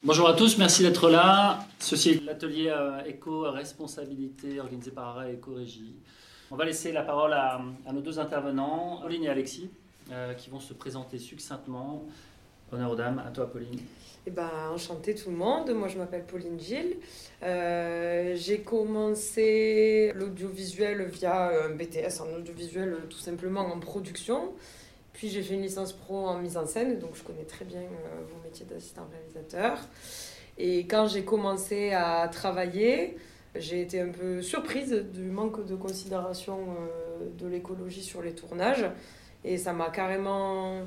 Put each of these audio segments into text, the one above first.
Bonjour à tous, merci d'être là. Ceci est l'atelier éco-responsabilité organisé par Arrêt Éco-Régie. On va laisser la parole à nos deux intervenants, Pauline et Alexis, qui vont se présenter succinctement. Honneur aux dames, à toi Pauline. Enchantée tout le monde, moi je m'appelle Pauline Gilles. J'ai commencé l'audiovisuel via un BTS en audiovisuel tout simplement en production. Puis j'ai fait une licence pro en mise en scène, donc je connais très bien vos métiers d'assistant réalisateur. Et quand j'ai commencé à travailler, j'ai été un peu surprise du manque de considération de l'écologie sur les tournages. Et ça m'a carrément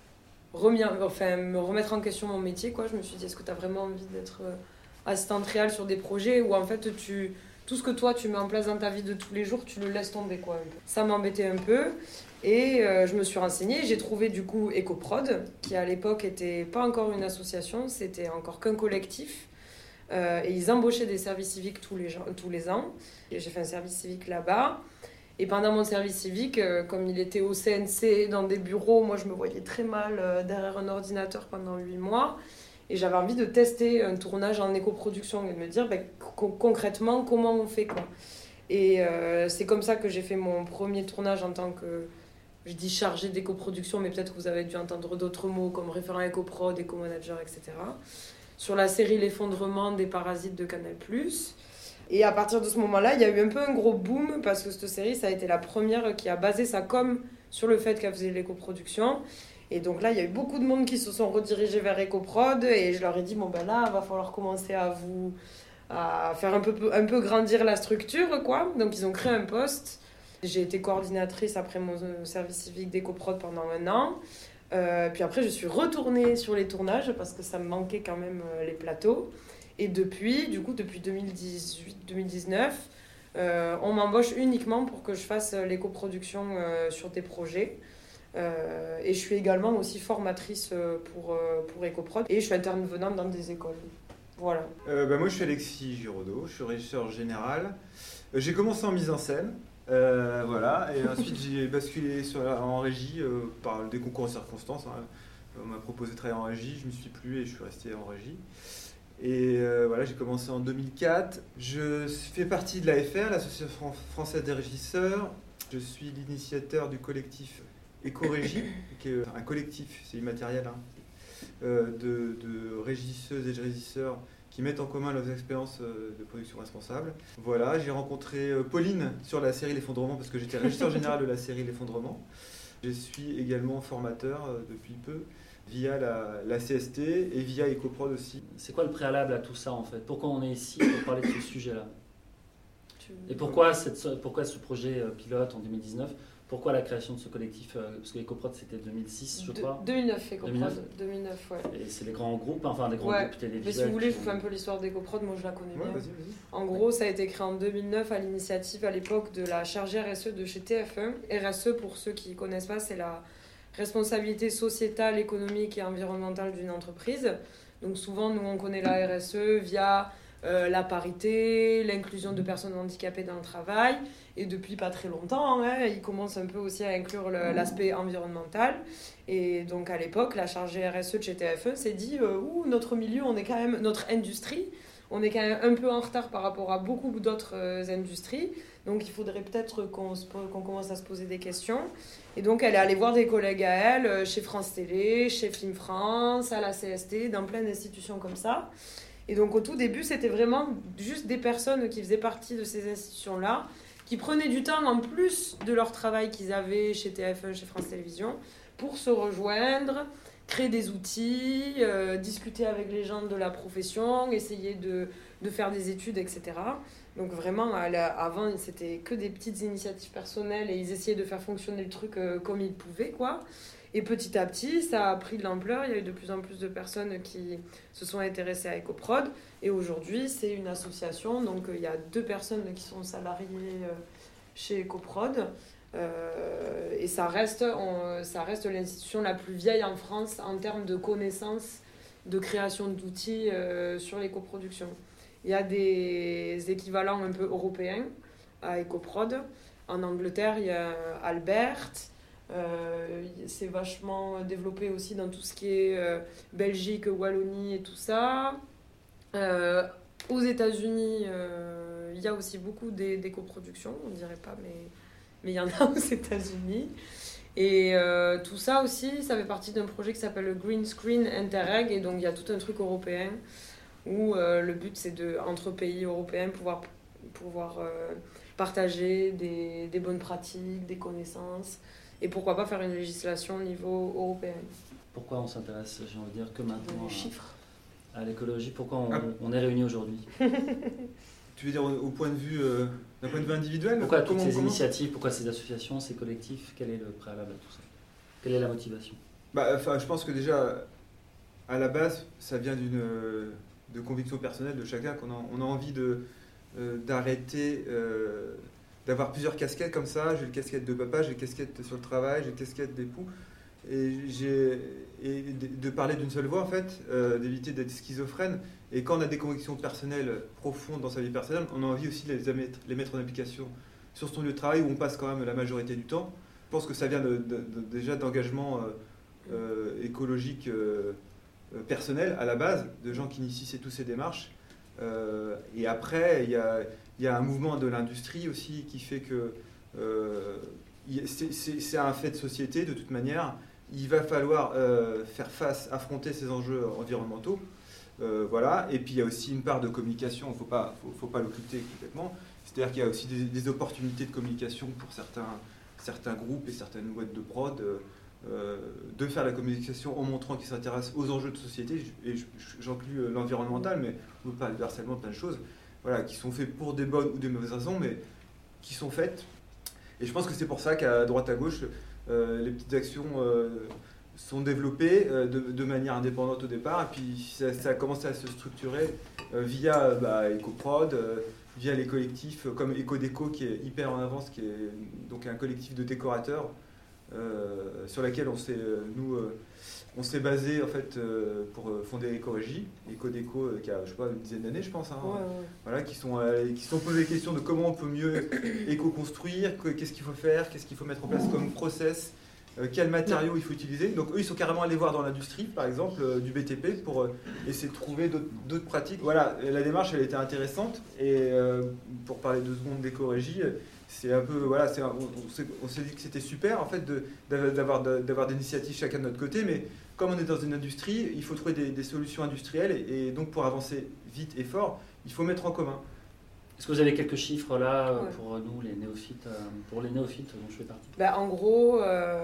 me remettre en question mon métier, quoi. Je me suis dit, est-ce que tu as vraiment envie d'être assistante réal sur des projets où en fait tout ce que toi tu mets en place dans ta vie de tous les jours, tu le laisses tomber, quoi. Ça m'embêtait un peu et je me suis renseignée. J'ai trouvé du coup EcoProd, qui à l'époque était pas encore une association, c'était encore qu'un collectif. Et ils embauchaient des services civiques tous les ans. Et j'ai fait un service civique là-bas. Et pendant mon service civique, comme il était au CNC, dans des bureaux, moi je me voyais très mal derrière un ordinateur pendant 8 mois. Et j'avais envie de tester un tournage en éco-production et de me dire concrètement comment on fait, quoi. Et c'est comme ça que j'ai fait mon premier tournage en tant que, je dis chargé d'éco-production, mais peut-être que vous avez dû entendre d'autres mots comme référent éco-prod, éco-manager, etc. Sur la série L'effondrement des parasites de Canal+. Et à partir de ce moment-là, il y a eu un peu un gros boom parce que cette série, ça a été la première qui a basé sa com sur le fait qu'elle faisait l'éco-production. Et donc là, il y a eu beaucoup de monde qui se sont redirigés vers EcoProd et je leur ai dit, là, il va falloir commencer à faire un peu grandir la structure, quoi. Donc ils ont créé un poste. J'ai été coordinatrice après mon service civique d'EcoProd pendant 1 an. Puis après, je suis retournée sur les tournages parce que ça me manquait quand même les plateaux. Et depuis 2018-2019, on m'embauche uniquement pour que je fasse l'éco-production sur des projets. Et je suis également aussi formatrice pour EcoProd. Et je suis intervenante dans des écoles. Voilà. Moi, je suis Alexis Giraudot, je suis régisseur général. J'ai commencé en mise en scène. Voilà. Et ensuite, j'ai basculé en régie par des concours en circonstances. On m'a proposé de travailler en régie, je ne m'y suis plus et je suis resté en régie. Et voilà, j'ai commencé en 2004. Je fais partie de l'AFR, l'Association française des régisseurs. Je suis l'initiateur du collectif Éco-Régie, qui est un collectif, c'est immatériel, de régisseuses et de régisseurs qui mettent en commun leurs expériences de production responsable. Voilà, j'ai rencontré Pauline sur la série L'effondrement parce que j'étais régisseur général de la série L'effondrement. Je suis également formateur depuis peu via la CST et via EcoProd aussi. C'est quoi le préalable à tout ça en fait? Pourquoi on est ici pour parler de ce sujet-là? Et pourquoi ce projet pilote en 2019? Pourquoi la création de ce collectif? Parce que EcoProd c'était 2006 je crois. 2009 EcoProd. 2009, ouais. Et c'est les grands groupes, des grands groupes télévisuels. Mais si vous voulez, je vous fais un peu l'histoire d'EcoProd, moi je la connais bien. Vas-y. En gros, ça a été créé en 2009 à l'initiative à l'époque de la chargée RSE de chez TF1. RSE, pour ceux qui ne connaissent pas, c'est la responsabilité sociétale, économique et environnementale d'une entreprise. Donc souvent, nous, on connaît la RSE via la parité, l'inclusion de personnes handicapées dans le travail. Et depuis pas très longtemps, ils commencent un peu aussi à inclure l'aspect environnemental. Et donc à l'époque, la chargée RSE de chez TF1 s'est dit notre milieu, notre industrie, on est quand même un peu en retard par rapport à beaucoup d'autres industries. Donc il faudrait peut-être qu'on commence à se poser des questions. Et donc elle est allée voir des collègues à elle, chez France Télé, chez Film France, à la CST, dans plein d'institutions comme ça. Et donc au tout début, c'était vraiment juste des personnes qui faisaient partie de ces institutions-là, qui prenaient du temps en plus de leur travail qu'ils avaient chez TF1, chez France Télévisions, pour se rejoindre, créer des outils, discuter avec les gens de la profession, essayer de faire des études, etc. Donc vraiment, avant, c'était que des petites initiatives personnelles et ils essayaient de faire fonctionner le truc comme ils pouvaient, quoi. Et petit à petit, ça a pris de l'ampleur. Il y a eu de plus en plus de personnes qui se sont intéressées à EcoProd. Et aujourd'hui, c'est une association. Donc, il y a 2 personnes qui sont salariées chez EcoProd. Et ça reste l'institution la plus vieille en France en termes de connaissances, de création d'outils sur l'éco-production. Il y a des équivalents un peu européens à EcoProd. En Angleterre, il y a Albert. C'est vachement développé aussi dans tout ce qui est Belgique, Wallonie et tout ça. Aux États-Unis, il y a aussi beaucoup d'éco-productions, on dirait pas, mais il y en a aux États-Unis. Et tout ça aussi, ça fait partie d'un projet qui s'appelle le Green Screen Interreg, et donc il y a tout un truc européen où le but c'est entre pays européens pouvoir partager des bonnes pratiques, des connaissances, et pourquoi pas faire une législation au niveau européen. Pourquoi on s'intéresse, j'ai envie de dire, que maintenant Les chiffres. À l'écologie? Pourquoi on est réunis aujourd'hui? Tu veux dire au point de vue, d'un point de vue individuel? Pourquoi toutes ces initiatives, pourquoi ces associations, ces collectifs? Quel est le préalable à tout ça? Quelle est la motivation? Je pense que déjà, à la base, ça vient de conviction personnelle de chacun, qu'on a envie d'arrêter d'avoir plusieurs casquettes comme ça. J'ai une casquette de papa, j'ai une casquette sur le travail, j'ai une casquette d'époux. Et de parler d'une seule voix, en fait, d'éviter d'être schizophrène. Et quand on a des convictions personnelles profondes dans sa vie personnelle, on a envie aussi de les mettre en application sur son lieu de travail où on passe quand même la majorité du temps. Je pense que ça vient déjà d'engagement écologique personnel à la base, de gens qui initient toutes ces démarches. Et après, il y a un mouvement de l'industrie aussi qui fait que c'est un fait de société de toute manière. Il va falloir affronter ces enjeux environnementaux. Voilà. Et puis il y a aussi une part de communication, il ne faut pas l'occulter complètement. C'est-à-dire qu'il y a aussi des opportunités de communication pour certains groupes et certaines boîtes de prod de faire la communication en montrant qu'ils s'intéressent aux enjeux de société. Et j'inclus l'environnemental, mais on peut parler de harcèlement, plein de choses voilà, qui sont faites pour des bonnes ou des mauvaises raisons, mais qui sont faites. Et je pense que c'est pour ça qu'à droite à gauche, les petites actions sont développées de manière indépendante au départ, et puis ça a commencé à se structurer via EcoProd, via les collectifs comme EcoDéco qui est hyper en avance, qui est donc un collectif de décorateurs sur laquelle on s'est basé en fait pour fonder Écorégie, EcoDéco qui a une dizaine d'années je pense, Voilà, qui sont posé les questions de comment on peut mieux éco-construire, qu'est-ce qu'il faut faire, qu'est-ce qu'il faut mettre en place comme process, quels matériaux il faut utiliser. Donc eux ils sont carrément allés voir dans l'industrie par exemple du BTP pour essayer de trouver d'autres pratiques. Voilà, la démarche elle était intéressante et pour parler 2 secondes d'Écorégie, c'est un peu voilà, on s'est dit que c'était super en fait d'avoir des initiatives chacun de notre côté, mais comme on est dans une industrie, il faut trouver des solutions industrielles et donc pour avancer vite et fort, il faut mettre en commun. Est-ce que vous avez quelques chiffres là pour nous, les néophytes, pour les néophytes dont je fais partie? En gros,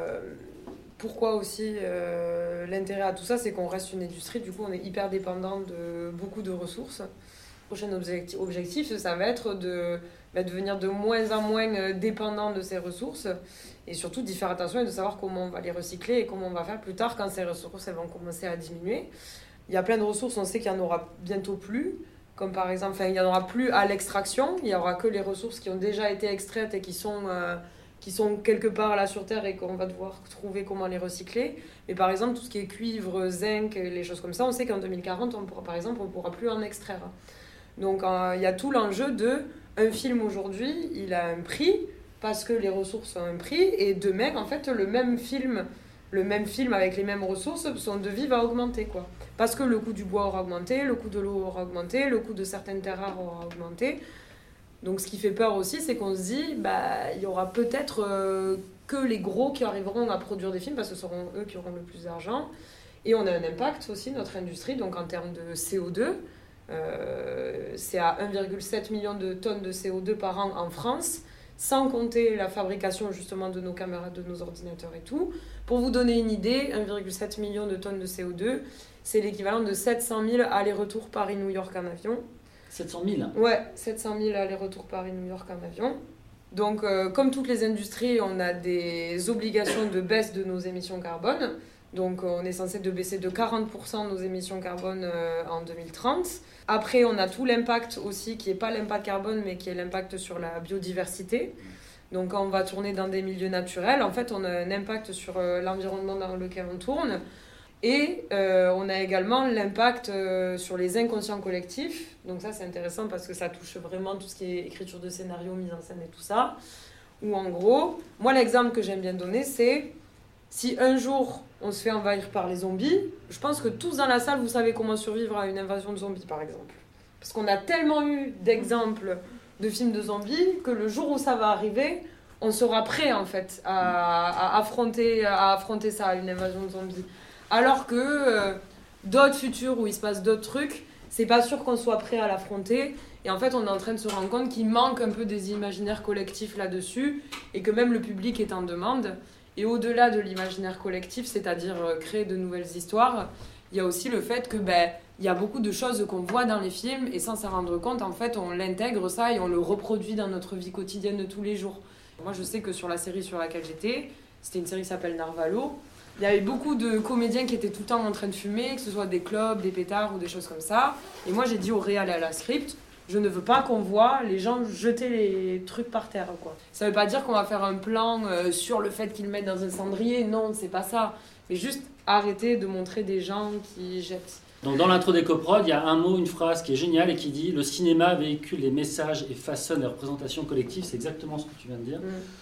pourquoi aussi l'intérêt à tout ça, c'est qu'on reste une industrie, du coup on est hyper dépendant de beaucoup de ressources. Le prochain objectif, ça va être de devenir de moins en moins dépendant de ces ressources et surtout d'y faire attention et de savoir comment on va les recycler et comment on va faire plus tard quand ces ressources elles vont commencer à diminuer. Il y a plein de ressources, on sait qu'il n'y en aura bientôt plus. Comme par exemple, il n'y en aura plus à l'extraction, il n'y aura que les ressources qui ont déjà été extraites et qui sont quelque part là sur Terre et qu'on va devoir trouver comment les recycler. Mais par exemple, tout ce qui est cuivre, zinc, les choses comme ça, on sait qu'en 2040, on ne pourra plus en extraire. Donc il y a tout l'enjeu un film aujourd'hui, il a un prix parce que les ressources ont un prix, et demain, en fait, le même film avec les mêmes ressources, son devis va augmenter, quoi. Parce que le coût du bois aura augmenté, le coût de l'eau aura augmenté, le coût de certaines terres rares aura augmenté. Donc ce qui fait peur aussi, c'est qu'on se dit, il y aura peut-être que les gros qui arriveront à produire des films, parce que ce seront eux qui auront le plus d'argent. Et on a un impact aussi, notre industrie, donc en termes de CO2. C'est à 1,7 million de tonnes de CO2 par an en France, sans compter la fabrication justement de nos caméras, de nos ordinateurs et tout. Pour vous donner une idée, 1,7 million de tonnes de CO2, c'est l'équivalent de 700 000 allers-retours Paris-New York en avion. 700 000 ? Ouais, 700 000 allers-retours Paris-New York en avion. Donc, comme toutes les industries, on a des obligations de baisse de nos émissions carbone. Donc, on est censé de baisser de 40% nos émissions carbone en 2030. Après, on a tout l'impact aussi, qui n'est pas l'impact carbone, mais qui est l'impact sur la biodiversité. Donc, quand on va tourner dans des milieux naturels, en fait, on a un impact sur l'environnement dans lequel on tourne. Et on a également l'impact sur les inconscients collectifs. Donc ça, c'est intéressant parce que ça touche vraiment tout ce qui est écriture de scénario, mise en scène et tout ça. Où en gros, moi, l'exemple que j'aime bien donner, c'est si un jour on se fait envahir par les zombies, je pense que tous dans la salle, vous savez comment survivre à une invasion de zombies, par exemple. Parce qu'on a tellement eu d'exemples de films de zombies que le jour où ça va arriver, on sera prêt en fait à affronter ça, une invasion de zombies. Alors que d'autres futurs où il se passe d'autres trucs, c'est pas sûr qu'on soit prêt à l'affronter. Et en fait, on est en train de se rendre compte qu'il manque un peu des imaginaires collectifs là-dessus et que même le public est en demande. Et au-delà de l'imaginaire collectif, c'est-à-dire créer de nouvelles histoires, il y a aussi le fait que il y a beaucoup de choses qu'on voit dans les films et sans s'en rendre compte, en fait, on l'intègre ça et on le reproduit dans notre vie quotidienne de tous les jours. Moi, je sais que sur la série sur laquelle j'étais, c'était une série qui s'appelle Narvalo, il y avait beaucoup de comédiens qui étaient tout le temps en train de fumer, que ce soit des clopes, des pétards ou des choses comme ça. Et moi, j'ai dit au réal et à la script, je ne veux pas qu'on voit les gens jeter les trucs par terre, quoi. Ça veut pas dire qu'on va faire un plan sur le fait qu'ils le mettent dans un cendrier, non, c'est pas ça. Mais juste arrêter de montrer des gens qui jettent. Donc dans l'intro d'EcoProd, il y a un mot, une phrase qui est géniale et qui dit « Le cinéma véhicule les messages et façonne les représentations collectives ». C'est exactement ce que tu viens de dire.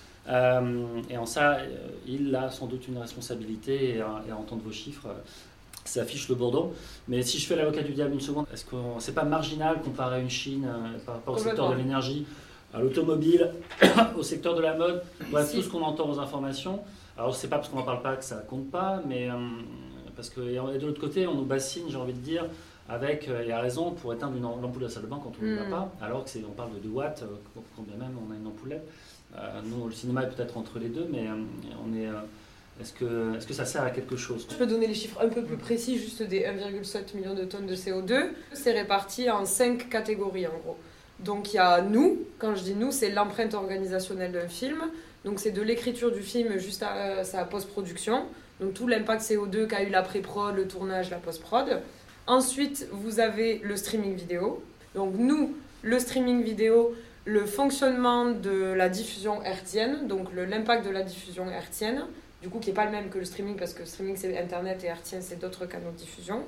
Et en ça, il a sans doute une responsabilité et à entendre vos chiffres, ça affiche le bourdon. Mais si je fais l'avocat du diable une seconde, est-ce que c'est pas marginal comparé à une Chine par rapport au secteur de l'énergie, à l'automobile, au secteur de la mode, bref, tout ce qu'on entend aux informations. Alors c'est pas parce qu'on n'en parle pas que ça compte pas, mais parce que et de l'autre côté, on nous bassine, j'ai envie de dire, avec, et à raison, pour éteindre l'ampoule de la salle de bain quand on ne l'a pas, alors qu'on parle de 2 watts, quand bien même on a une ampoule LED. Nous, le cinéma est peut-être entre les deux, mais on est... Est-ce que ça sert à quelque chose? Je peux donner les chiffres un peu plus précis, juste des 1,7 million de tonnes de CO2. C'est réparti en 5 catégories en gros. Donc il y a nous, quand je dis nous, c'est l'empreinte organisationnelle d'un film. Donc c'est de l'écriture du film juste à sa post-production. Donc tout l'impact CO2 qu'a eu la pré-prod, le tournage, la post-prod. Ensuite, vous avez le streaming vidéo. Donc nous, le streaming vidéo, le fonctionnement de la diffusion hertzienne, donc l'impact de la diffusion hertzienne, du coup qui n'est pas le même que le streaming, parce que le streaming c'est Internet et hertzien c'est d'autres canaux de diffusion,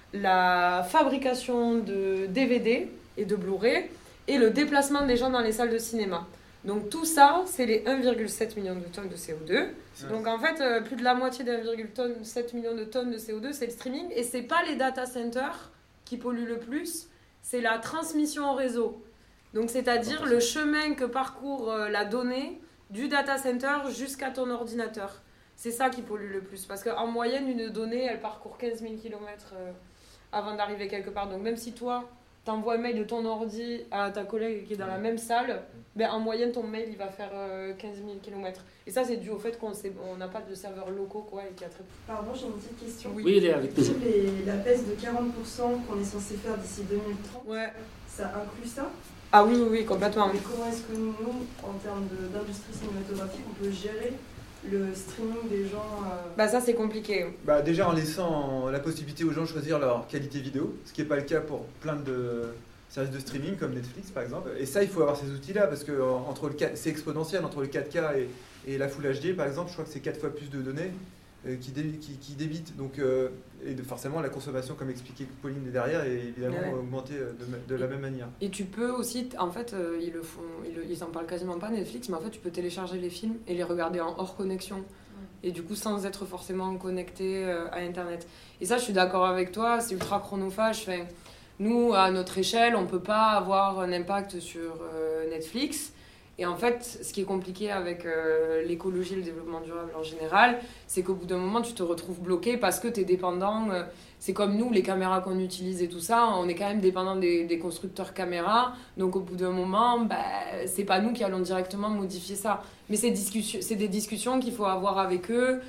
la fabrication de DVD et de Blu-ray, et le déplacement des gens dans les salles de cinéma. Donc tout ça, c'est les 1,7 million de tonnes de CO2. Donc en fait, plus de la moitié des 1,7 million de tonnes de CO2, c'est le streaming, et c'est pas les data centers qui polluent le plus, c'est la transmission au réseau. Donc c'est-à-dire le chemin que parcourt la donnée du data center jusqu'à ton ordinateur. C'est ça qui pollue le plus. Parce qu'en moyenne, une donnée, elle parcourt 15 000 km avant d'arriver quelque part. Donc même si toi, t'envoies un mail de ton ordi à ta collègue qui est dans la même salle, ben, en moyenne, ton mail, il va faire 15 000 km. Et ça, c'est dû au fait qu'on n'a pas de serveurs locaux, quoi, et qu'il y a très peu. Pardon, j'ai une petite question. Oui, il est avec plaisir. La baisse de 40% qu'on est censé faire d'ici 2030, ouais. Ça inclut ça? Ah oui, complètement. Mais comment est-ce que nous, en termes d'industrie cinématographique, on peut gérer le streaming des gens Bah ça, c'est compliqué. Bah déjà en laissant la possibilité aux gens de choisir leur qualité vidéo, ce qui n'est pas le cas pour plein de services de streaming comme Netflix par exemple. Et ça, il faut avoir ces outils-là parce que c'est exponentiel entre le 4K et la Full HD par exemple. Je crois que c'est 4 fois plus de données qui débitent. Donc, et forcément, la consommation, comme expliquait Pauline derrière, est évidemment augmentée de la même manière. Et tu peux aussi, en fait, ils en parlent quasiment pas Netflix, mais en fait, tu peux télécharger les films et les regarder en hors connexion. Et du coup, sans être forcément connecté à Internet. Et ça, je suis d'accord avec toi, c'est ultra chronophage. Enfin, nous, à notre échelle, on peut pas avoir un impact sur Netflix. Et en fait, ce qui est compliqué avec l'écologie et le développement durable en général, c'est qu'au bout d'un moment, tu te retrouves bloqué parce que tu es dépendant. C'est comme nous, les caméras qu'on utilise et tout ça, on est quand même dépendant des constructeurs caméras. Donc au bout d'un moment, c'est pas nous qui allons directement modifier ça. Mais c'est des discussions qu'il faut avoir avec eux.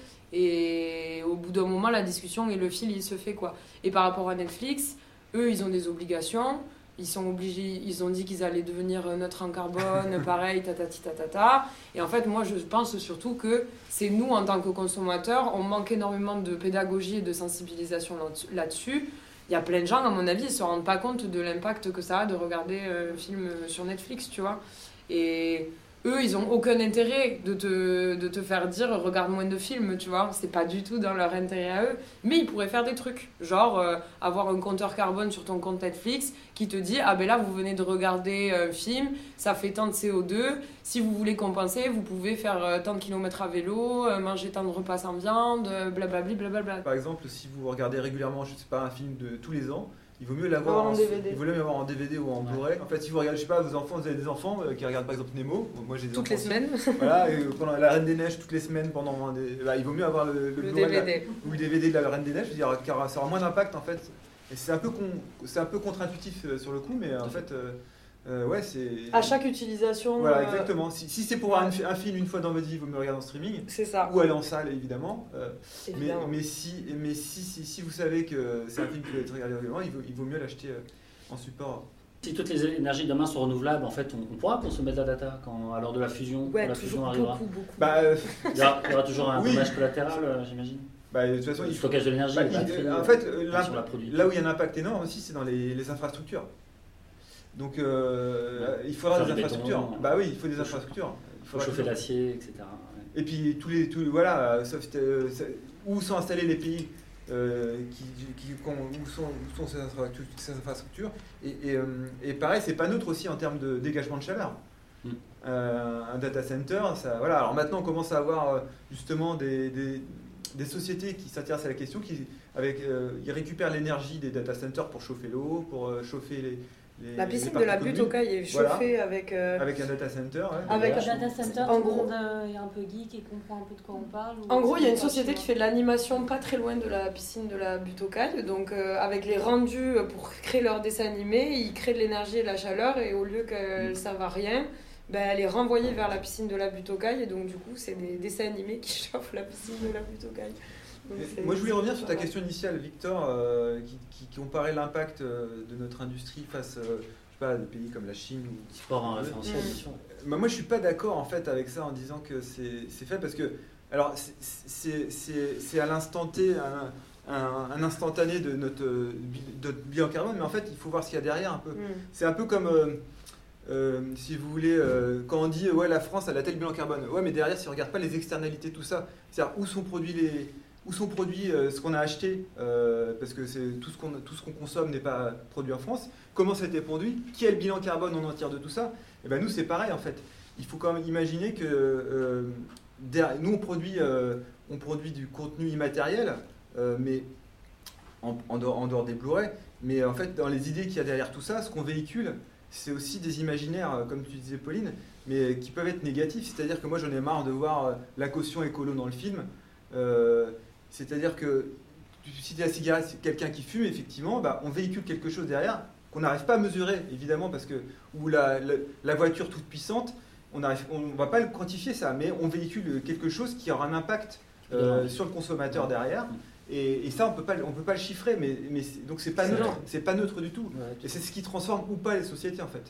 Et au bout d'un moment, la discussion et le fil, il se fait, quoi. Et par rapport à Netflix, eux, ils ont des obligations. Ils sont obligés, ils ont dit qu'ils allaient devenir neutres en carbone, pareil, tatata. Et en fait, moi, je pense surtout que c'est nous, en tant que consommateurs, on manque énormément de pédagogie et de sensibilisation là-dessus. Il y a plein de gens, à mon avis, ils ne se rendent pas compte de l'impact que ça a de regarder un film sur Netflix, tu vois. Et eux, ils ont aucun intérêt de te faire dire regarde moins de films, tu vois. C'est pas du tout dans leur intérêt à eux. Mais ils pourraient faire des trucs. Genre avoir un compteur carbone sur ton compte Netflix qui te dit ah ben là, vous venez de regarder un film, ça fait tant de CO2. Si vous voulez compenser, vous pouvez faire tant de kilomètres à vélo, manger tant de repas sans viande, blablabla, blablabla. Par exemple, si vous regardez régulièrement, je sais pas, un film de tous les ans, il vaut mieux l'avoir en DVD. Il vaut mieux l'avoir en DVD ou en Blu-ray. En fait, si vous regardez, je sais pas, vos enfants, vous avez des enfants qui regardent par exemple Nemo. Moi, j'ai des Toutes enfants les semaines. Voilà, et pendant la Reine des Neiges, toutes les semaines, il vaut mieux avoir le Blu-ray DVD. ou le DVD de la Reine des Neiges, je veux dire, car ça aura moins d'impact en fait. Et c'est un peu contre-intuitif sur le coup, mais en fait, ouais, c'est. À chaque utilisation. Voilà, exactement. Si c'est pour voir un film une fois dans votre vie, vous me le regardez en streaming. C'est ça. Ou aller en salle, évidemment. Évidemment. Mais si vous savez que c'est un film qui doit être regardé régulièrement, il vaut mieux l'acheter en support. Si toutes les énergies demain sont renouvelables, en fait, on pourra consommer de la data à l'heure de la fusion, Ouais, quand la fusion arrivera. beaucoup. Il y aura toujours un Oui. dommage collatéral, j'imagine. De toute façon, Le stockage de l'énergie, en fait, sur la produit. là où il y a un impact énorme aussi, c'est dans les infrastructures. Donc, il faudra des infrastructures. Oui, il faut des infrastructures. Il faut chauffer l'acier, etc. Et puis, voilà, où sont installés les pays où sont ces infrastructures. Et pareil, c'est pas neutre aussi en termes de dégagement de chaleur. Un data center, ça, voilà. Alors maintenant, on commence à avoir justement des sociétés qui s'intéressent à la question, ils récupèrent l'énergie des data centers pour chauffer l'eau, pour chauffer la piscine de la butte au Cail est chauffée avec un data center. Ouais. Avec un data center, en tout le gros, monde est un peu geek et comprend un peu de quoi on parle. En gros, il y a une société qui fait de l'animation pas très loin de la piscine de la butte au Cail. Donc, avec les rendus pour créer leurs dessins animés, ils créent de l'énergie et de la chaleur. Et au lieu qu'elles ne servent à rien, elle est renvoyée vers la piscine de la butte au Cail. Et donc, du coup, c'est des dessins animés qui chauffent la piscine de la butte au Cail. Moi, je voulais revenir sur ta question initiale, Victor, qui comparait l'impact de notre industrie face à des pays comme la Chine. Il faut avoir un référentiel, bien sûr. Moi, je suis pas d'accord en fait avec ça en disant que c'est fait parce que, alors, c'est à l'instant T un instantané de notre bilan carbone, mais en fait, il faut voir ce qu'il y a derrière un peu. C'est un peu comme si vous voulez, quand on dit ouais, la France elle a tel bilan carbone, ouais, mais derrière, si on regarde pas les externalités, tout ça, c'est-à-dire où sont produits ce qu'on a acheté, parce que tout ce qu'on consomme n'est pas produit en France, comment ça a été produit, qui est le bilan carbone en entier de tout ça, et nous c'est pareil en fait. Il faut quand même imaginer que nous on produit du contenu immatériel, mais en dehors des Blu-ray, mais en fait dans les idées qu'il y a derrière tout ça, ce qu'on véhicule, c'est aussi des imaginaires, comme tu disais Pauline, mais qui peuvent être négatifs. C'est-à-dire que moi j'en ai marre de voir la caution écolo dans le film. C'est-à-dire que si tu as la cigarette, quelqu'un qui fume, effectivement, on véhicule quelque chose derrière qu'on n'arrive pas à mesurer, évidemment, parce que ou la voiture toute puissante, on ne va pas le quantifier ça, mais on véhicule quelque chose qui aura un impact sur le consommateur derrière. Et ça, on peut pas le chiffrer, mais donc c'est pas neutre, c'est pas neutre du tout. Et c'est ce qui transforme ou pas les sociétés en fait.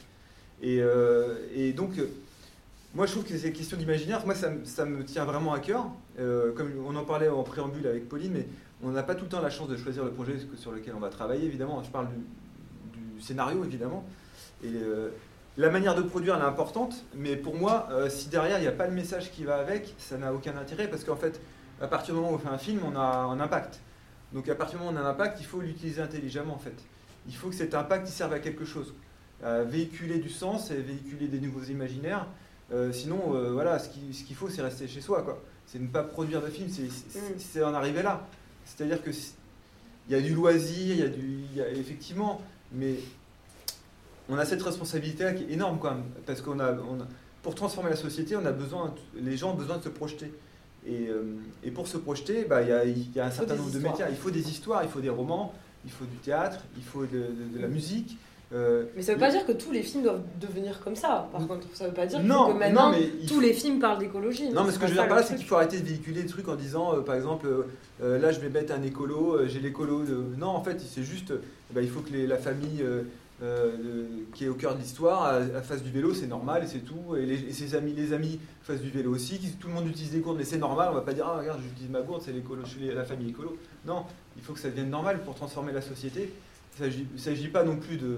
Et donc moi, je trouve que c'est question d'imaginaire. Moi, ça me tient vraiment à cœur. Comme on en parlait en préambule avec Pauline, mais on n'a pas tout le temps la chance de choisir le projet sur lequel on va travailler, évidemment. Je parle du scénario, évidemment. Et la manière de produire, elle est importante. Mais pour moi, si derrière, il n'y a pas le message qui va avec, ça n'a aucun intérêt. Parce qu'en fait, à partir du moment où on fait un film, on a un impact. Donc, à partir du moment où on a un impact, il faut l'utiliser intelligemment, en fait. Il faut que cet impact il serve à quelque chose. Véhiculer du sens et véhiculer des nouveaux imaginaires. Sinon, voilà, ce qu'il faut, c'est rester chez soi, quoi. C'est ne pas produire de films, c'est en arriver là. C'est-à-dire que il y a du loisir, il y a effectivement, mais on a cette responsabilité-là qui est énorme, quand même, parce pour transformer la société, les gens ont besoin de se projeter. Et pour se projeter, il y a un certain nombre de métiers. Il faut des histoires, il faut des romans, il faut du théâtre, il faut de la musique. Mais ça veut pas dire que tous les films doivent devenir comme ça. Par contre, ça veut pas dire que maintenant tous les films parlent d'écologie. Non, mais ce que je veux dire par là, c'est qu'il faut arrêter de véhiculer des trucs en disant, par exemple, là je vais mettre un écolo, j'ai l'écolo. Non, en fait, c'est juste, il faut que la famille qui est au cœur de l'histoire fasse du vélo, c'est normal et c'est tout. Et les amis fassent du vélo aussi. Tout le monde utilise des gourdes, mais c'est normal. On va pas dire, ah regarde, j'utilise ma gourde, c'est l'écolo, je suis la famille écolo. Non, il faut que ça devienne normal pour transformer la société. Il ne s'agit pas non plus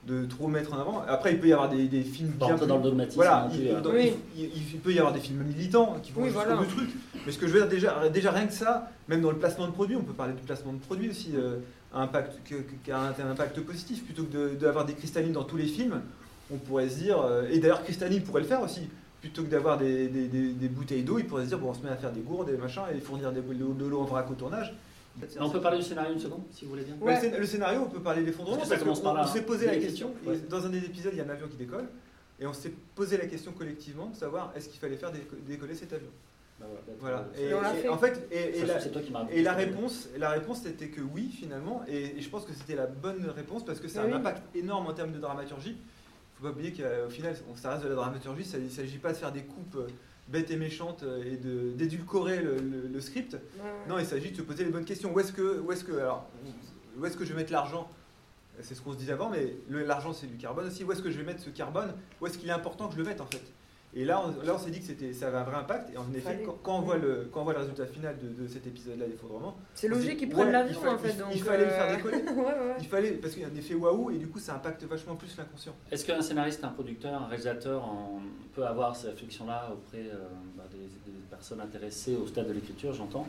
de trop mettre en avant. Après, il peut y avoir des films Pas bien rentrer dans le dogmatisme. voilà, non plus, il peut y avoir des films militants qui vont jusqu'au bout du truc. Mais ce que je veux dire, déjà rien que ça, même dans le placement de produits, on peut parler du placement de produits aussi, qui a un impact positif. Plutôt que d'avoir des cristallines dans tous les films, on pourrait se dire, et d'ailleurs Cristalline pourrait le faire aussi, plutôt que d'avoir des bouteilles d'eau, il pourrait se dire, bon, on se met à faire des gourdes, des machins, et fournir de l'eau en vrac au tournage. On peut parler du scénario une seconde, si vous voulez bien. Ouais. Le scénario, on peut parler d'effondrement, Parce que ça commence par là, on s'est posé la question, ouais. dans un des épisodes, il y a un avion qui décolle, et on s'est posé la question collectivement de savoir est-ce qu'il fallait faire décoller cet avion. Bah voilà. Et En fait, c'est toi qui m'as et la réponse c'était que oui, finalement, et je pense que c'était la bonne réponse parce que c'est un impact énorme en termes de dramaturgie. Il ne faut pas oublier qu'au final, ça reste de la dramaturgie, il ne s'agit pas de faire des coupes bêtes et méchantes et d'édulcorer le script. Non, il s'agit de se poser les bonnes questions. Où est-ce que je vais mettre l'argent ? C'est ce qu'on se disait avant, mais l'argent c'est du carbone aussi. Où est-ce que je vais mettre ce carbone ? Où est-ce qu'il est important que je le mette en fait ? Et là, on s'est dit que ça avait un vrai impact. Et en effet, quand on voit le résultat final de cet épisode-là, l'effondrement, c'est logique qu'ils prennent l'avion en fait. Il fallait le faire décoller. Il fallait, parce qu'il y a un effet waouh, et du coup, ça impacte vachement plus l'inconscient. Est-ce qu'un scénariste, un producteur, un réalisateur peut avoir ces réflexions-là auprès des personnes intéressées au stade de l'écriture, j'entends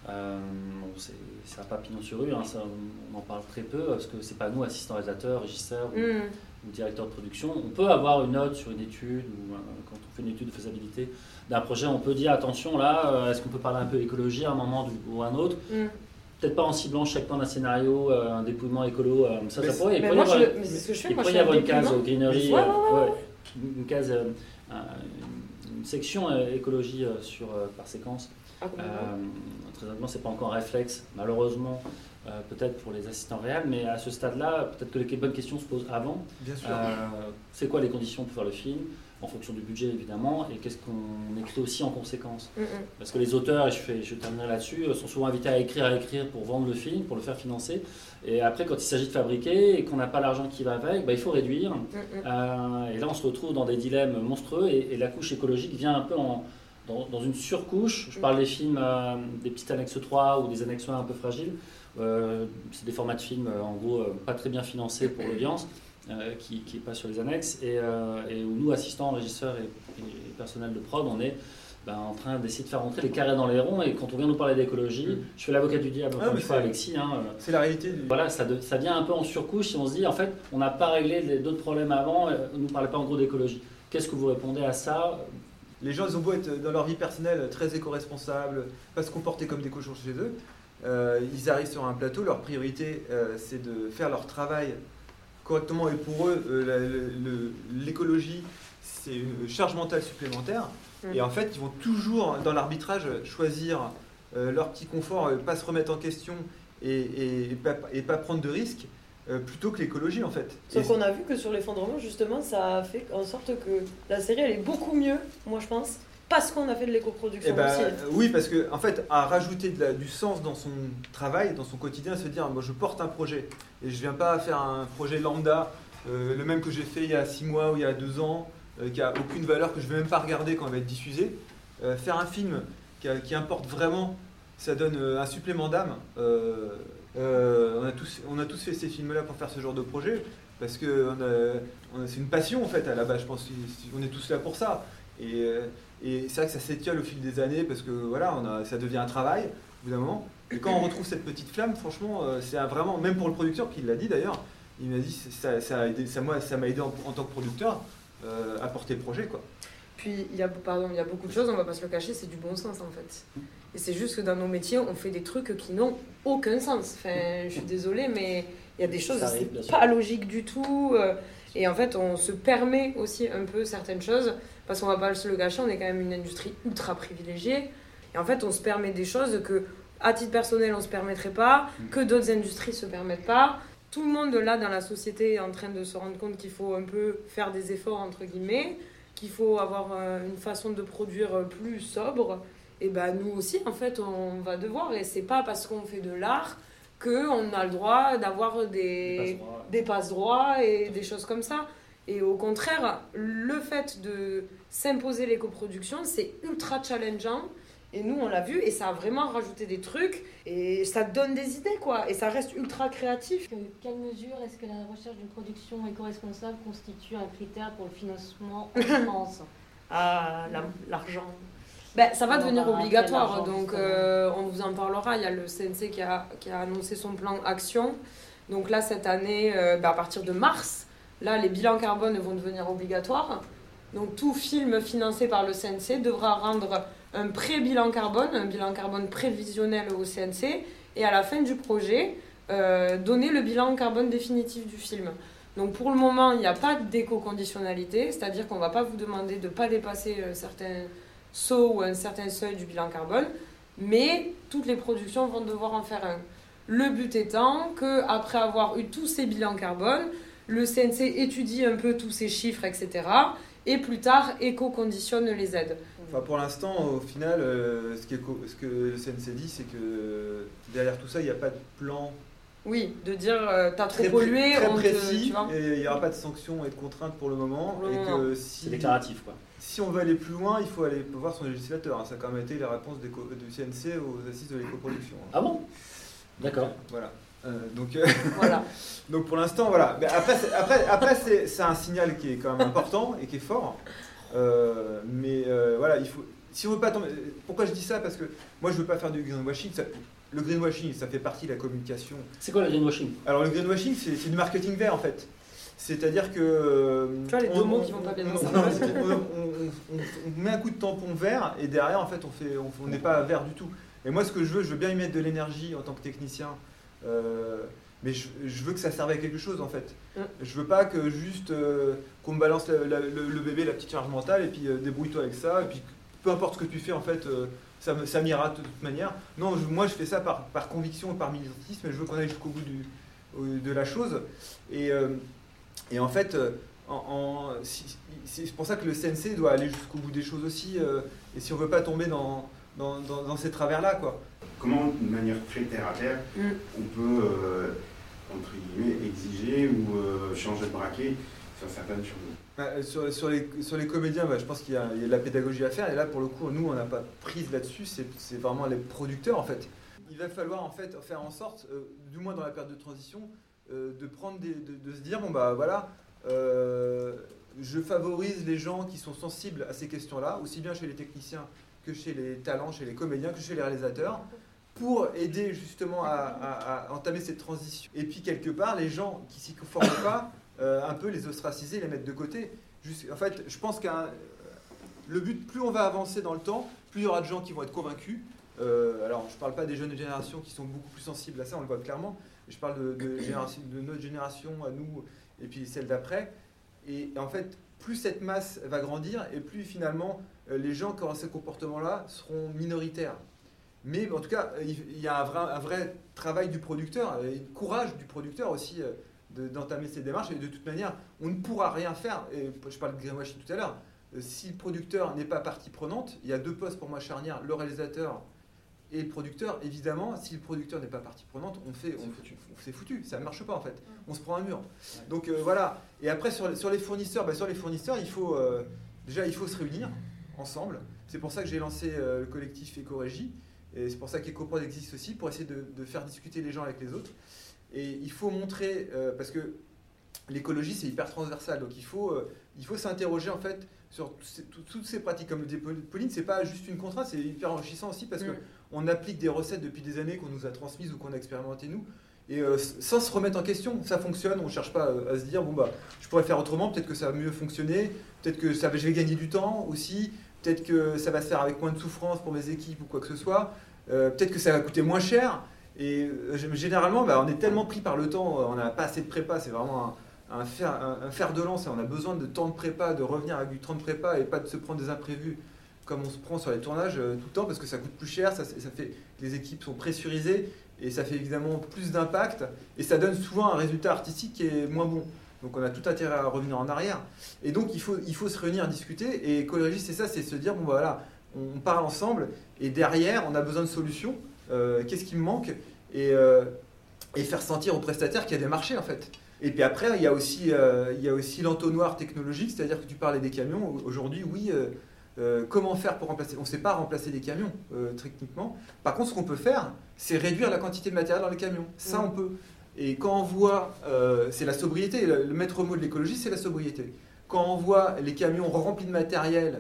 ça n'a pas pignon sur rue, hein, on en parle très peu, parce que c'est pas nous, assistants réalisateurs, régisseurs ou directeurs de production. On peut avoir une note sur une étude, ou quand on fait une étude de faisabilité d'un projet, on peut dire attention là, est-ce qu'on peut parler un peu écologie à un moment ou à un autre Peut-être pas en ciblant chaque point d'un scénario, un dépouillement écolo, ça pourrait. Il pourrait y avoir une case greenery, une case, une section écologie par séquence. Très honnêtement, c'est pas encore un réflexe, malheureusement, peut-être pour les assistants réels, mais à ce stade-là, peut-être que les bonnes questions se posent avant. Bien sûr. C'est quoi les conditions pour faire le film ? En fonction du budget évidemment, et qu'est-ce qu'on écrit aussi en conséquence. Parce que les auteurs, et je terminerai là-dessus, sont souvent invités à écrire pour vendre le film, pour le faire financer. Et après, quand il s'agit de fabriquer et qu'on n'a pas l'argent qui va avec, il faut réduire. Et là, on se retrouve dans des dilemmes monstrueux, et la couche écologique vient un peu dans une surcouche. Je parle des films, des petites annexes 3 ou des annexes 1 un peu fragiles. C'est des formats de films, en gros, pas très bien financés pour l'audience. Qui est pas sur les annexes et où nous, assistants, régisseurs et personnel de prod, on est en train d'essayer de faire rentrer les carrés dans les ronds. Et quand on vient nous parler d'écologie, je fais l'avocat du diable encore une fois, Alexis. C'est la réalité. Voilà, ça vient un peu en surcouche si on se dit en fait on n'a pas réglé d'autres problèmes avant, on nous parlait pas en gros d'écologie. Qu'est-ce que vous répondez à ça ? Les gens, ils ont beau être dans leur vie personnelle très éco-responsables, pas se comporter comme des cochons chez eux. Ils arrivent sur un plateau, leur priorité c'est de faire leur travail correctement, et pour eux l'écologie c'est une charge mentale supplémentaire, et en fait ils vont toujours dans l'arbitrage choisir leur petit confort, pas se remettre en question et pas prendre de risques plutôt que l'écologie en fait. Sauf qu'on a vu que sur l'effondrement justement ça a fait en sorte que la série elle est beaucoup mieux, moi je pense, parce qu'on a fait de l'éco-production aussi. Oui, parce que en fait, à rajouter du sens dans son travail, dans son quotidien, se dire moi je porte un projet et je viens pas faire un projet lambda, le même que j'ai fait il y a 6 mois ou il y a 2 ans, qui a aucune valeur, que je vais même pas regarder quand il va être diffusé. Faire un film qui importe vraiment, ça donne un supplément d'âme. On a tous fait ces films-là pour faire ce genre de projet, parce que c'est une passion en fait à la base. Je pense qu'on est tous là pour ça. Et c'est vrai que ça s'étiole au fil des années parce que voilà, ça devient un travail au bout d'un moment. Et quand on retrouve cette petite flamme, franchement, c'est vraiment, même pour le producteur qui l'a dit d'ailleurs, il m'a dit ça m'a aidé en tant que producteur à porter le projet quoi. Puis il y a beaucoup de choses, on va pas se le cacher, c'est du bon sens en fait. Et c'est juste que dans nos métiers, on fait des trucs qui n'ont aucun sens. Enfin, je suis désolée, mais il y a des choses, c'est pas logique du tout. Et en fait, on se permet aussi un peu certaines choses, parce qu'on va pas se le cacher, on est quand même une industrie ultra privilégiée. Et en fait, on se permet des choses que, à titre personnel, on se permettrait pas, que d'autres industries se permettent pas. Tout le monde là dans la société est en train de se rendre compte qu'il faut un peu faire des efforts entre guillemets, qu'il faut avoir une façon de produire plus sobre. Et nous aussi, en fait, on va devoir. Et c'est pas parce qu'on fait de l'art qu'on a le droit d'avoir des passe-droits et des choses comme ça. Et au contraire, le fait de s'imposer l'éco-production, c'est ultra challengeant. Et nous, on l'a vu et ça a vraiment rajouté des trucs et ça donne des idées, quoi. Et ça reste ultra créatif. Quelle mesure est-ce que la recherche d'une production éco-responsable constitue un critère pour le financement en France? L'argent. Ben, ça va On devenir va obligatoire, rappeler l'argent, donc on vous en parlera. Il y a le CNC qui a annoncé son plan action. Donc là, cette année, à partir de mars, là, les bilans carbone vont devenir obligatoires. Donc tout film financé par le CNC devra rendre un pré-bilan carbone, un bilan carbone prévisionnel au CNC, et à la fin du projet, donner le bilan carbone définitif du film. Donc pour le moment, il n'y a pas d'éco-conditionnalité, c'est-à-dire qu'on ne va pas vous demander de ne pas dépasser certains sauts ou un certain seuil du bilan carbone, mais toutes les productions vont devoir en faire un. Le but étant qu'après avoir eu tous ces bilans carbone, le CNC étudie un peu tous ces chiffres, etc., et plus tard éco-conditionne les aides. Enfin, pour l'instant, au final, ce que le CNC dit, c'est que derrière tout ça, il n'y a pas de plan Oui, de dire t'as trop pollué, très on précis, tu vois. et il n'y aura pas de sanctions et de contraintes pour le moment. Pour le Et moment. que C'est déclaratif, quoi. si on veut aller plus loin, il faut aller voir son législateur. Hein. Ça a quand même été la réponse du CNC aux assises de l'écoproduction. Hein. Ah bon? D'accord. Voilà. Donc, Voilà. donc pour l'instant, voilà. Mais après c'est un signal qui est quand même important et qui est fort. Mais voilà, il faut. Si on veut pas tomber. Pourquoi je dis ça? Parce que moi, je veux pas faire du greenwashing. Le greenwashing, ça fait partie de la communication. C'est quoi le greenwashing? Alors le greenwashing, c'est du marketing vert en fait. C'est-à-dire que. Tu vois les deux mots qui vont pas bien ensemble. On met un coup de tampon vert et derrière, en fait, on n'est pas vert du tout. Et moi, ce que je veux bien y mettre de l'énergie en tant que technicien. Mais je veux que ça serve à quelque chose en fait. Je veux pas que juste qu'on me balance le bébé, la petite charge mentale, et puis débrouille-toi avec ça, et puis peu importe ce que tu fais en fait, ça m'ira de toute manière. Non, moi je fais ça par conviction et par militantisme, et je veux qu'on aille jusqu'au bout de la chose. Et en fait, c'est pour ça que le CNC doit aller jusqu'au bout des choses aussi, et si on veut pas tomber dans ces travers-là, quoi. Comment, de manière très terre-à-terre, on peut, entre guillemets, exiger ou changer de braquet sur certaines choses? Sur les comédiens, je pense qu'il y a de la pédagogie à faire. Et là, pour le coup, nous, on n'a pas prise là-dessus. C'est vraiment les producteurs, en fait. Il va falloir, en fait, faire en sorte, du moins dans la période de transition, de se dire, bon, bah voilà, je favorise les gens qui sont sensibles à ces questions-là, aussi bien chez les techniciens que chez les talents, chez les comédiens, que chez les réalisateurs, pour aider justement à entamer cette transition. Et puis quelque part, les gens qui s'y conforment pas, un peu les ostraciser, les mettre de côté. En fait, je pense le but, plus on va avancer dans le temps, plus il y aura de gens qui vont être convaincus. Alors, je ne parle pas des jeunes générations qui sont beaucoup plus sensibles à ça, on le voit clairement. Je parle de notre génération à nous, et puis celle d'après. Et en fait, plus cette masse va grandir, et plus finalement, les gens qui auront ces comportements-là seront minoritaires. Mais en tout cas, il y a un vrai travail du producteur, et le courage du producteur aussi d'entamer ces démarches. Et de toute manière, on ne pourra rien faire. Et je parlais de greenwashing tout à l'heure. Si le producteur n'est pas partie prenante, il y a deux postes pour moi charnières, le réalisateur et le producteur. Évidemment, si le producteur n'est pas partie prenante, c'est foutu. Ça ne marche pas en fait. On se prend un mur. Donc voilà. Et après, sur les fournisseurs, il faut se réunir ensemble. C'est pour ça que j'ai lancé le collectif Éco-Régie. Et c'est pour ça qu'EcoProd existe aussi, pour essayer de faire discuter les gens avec les autres. Et il faut montrer, parce que l'écologie c'est hyper transversal, donc il faut s'interroger en fait sur toutes ces pratiques. Comme le dit Pauline, c'est pas juste une contrainte, c'est hyper enrichissant aussi parce qu'on applique des recettes depuis des années qu'on nous a transmises ou qu'on a expérimenté nous, et sans se remettre en question. Ça fonctionne, on ne cherche pas à se dire bon bah je pourrais faire autrement, peut-être que ça va mieux fonctionner, peut-être que je vais gagner du temps aussi, peut-être que ça va se faire avec moins de souffrance pour mes équipes ou quoi que ce soit, peut-être que ça va coûter moins cher. Et généralement, on est tellement pris par le temps, on n'a pas assez de prépa, c'est vraiment un fer de lance, et on a besoin de temps de prépa, de revenir avec du temps de prépa et pas de se prendre des imprévus comme on se prend sur les tournages tout le temps, parce que ça coûte plus cher, ça fait que les équipes sont pressurisées, et ça fait évidemment plus d'impact, et ça donne souvent un résultat artistique qui est moins bon. Donc on a tout intérêt à revenir en arrière. Et donc il faut se réunir, discuter, et Éco-Régie, c'est ça, c'est se dire, bon bah voilà, on parle ensemble, et derrière, on a besoin de solutions. Qu'est-ce qui me manque, et faire sentir aux prestataires qu'il y a des marchés en fait. Et puis après, il y a aussi l'entonnoir technologique, c'est-à-dire que tu parlais des camions. Aujourd'hui, oui, Comment faire pour remplacer ? On ne sait pas remplacer des camions, techniquement. Par contre, ce qu'on peut faire, c'est réduire la quantité de matériel dans les camions. Ça, on peut. Et quand on voit, c'est la sobriété, le maître mot de l'écologie, c'est la sobriété. Quand on voit les camions remplis de matériel,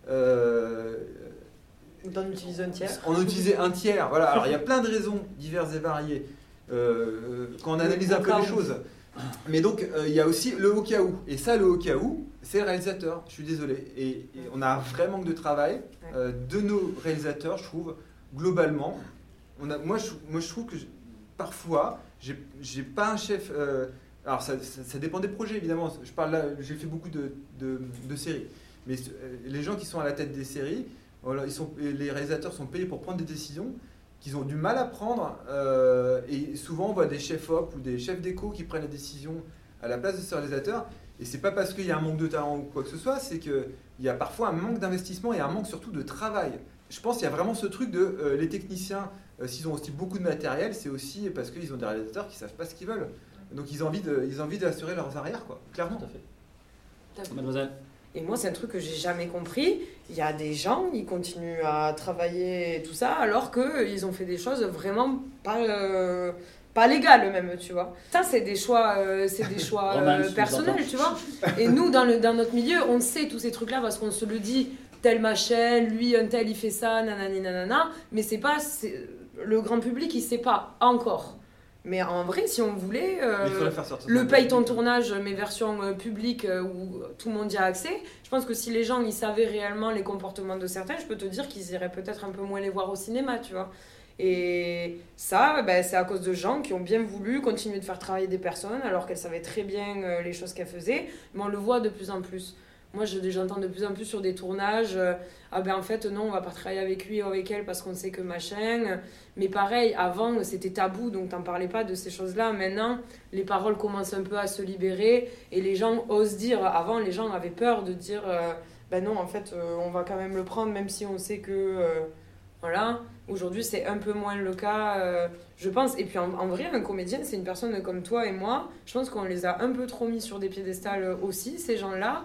On en utilise un tiers. on en utilisait un tiers. Voilà. Alors il y a plein de raisons diverses et variées quand on analyse un peu les choses. Mais donc il y a aussi le au cas où. Et ça, le au cas où, c'est le réalisateur. Je suis désolé. Et on a un vrai manque de travail de nos réalisateurs, je trouve, globalement. Moi, je trouve que parfois, j'ai pas un chef. Alors ça dépend des projets, évidemment. Je parle là, j'ai fait beaucoup de séries. Mais les gens qui sont à la tête des séries, voilà, les réalisateurs sont payés pour prendre des décisions qu'ils ont du mal à prendre. Et souvent, on voit des chefs op ou des chefs d'éco qui prennent les décisions à la place de ces réalisateurs. Et c'est pas parce qu'il y a un manque de talent ou quoi que ce soit, c'est qu'il y a parfois un manque d'investissement et un manque surtout de travail. Je pense qu'il y a vraiment ce truc de les techniciens, s'ils ont aussi beaucoup de matériel, c'est aussi parce qu'ils ont des réalisateurs qui savent pas ce qu'ils veulent. Donc ils ont envie d'assurer leurs arrières, quoi, clairement. Tout à fait. Mademoiselle. Et moi, c'est un truc que j'ai jamais compris. Il y a des gens, ils continuent à travailler et tout ça, alors qu'ils ont fait des choses vraiment pas légales même, tu vois. Ça, c'est des choix personnels, tu vois. Et nous, dans notre milieu, on sait tous ces trucs-là parce qu'on se le dit. Telle machin, lui, un tel, il fait ça, nanani, nanana. Mais le grand public, il sait pas encore. Mais en vrai, si on voulait, le paye ton tournage, mes versions publiques où tout le monde y a accès, je pense que si les gens ils savaient réellement les comportements de certains, je peux te dire qu'ils iraient peut-être un peu moins les voir au cinéma, tu vois. Et ça, c'est à cause de gens qui ont bien voulu continuer de faire travailler des personnes alors qu'elles savaient très bien les choses qu'elles faisaient, mais on le voit de plus en plus. Moi, j'entends de plus en plus sur des tournages, en fait, non, on va pas travailler avec lui ou avec elle parce qu'on sait que machin. Mais pareil, avant, c'était tabou, donc t'en parlais pas de ces choses-là. Maintenant, les paroles commencent un peu à se libérer et les gens osent dire. Avant, les gens avaient peur de dire, non, en fait, on va quand même le prendre, même si on sait que... voilà. Aujourd'hui, c'est un peu moins le cas, je pense. Et puis, en vrai, un comédien, c'est une personne comme toi et moi. Je pense qu'on les a un peu trop mis sur des piédestals aussi, ces gens-là.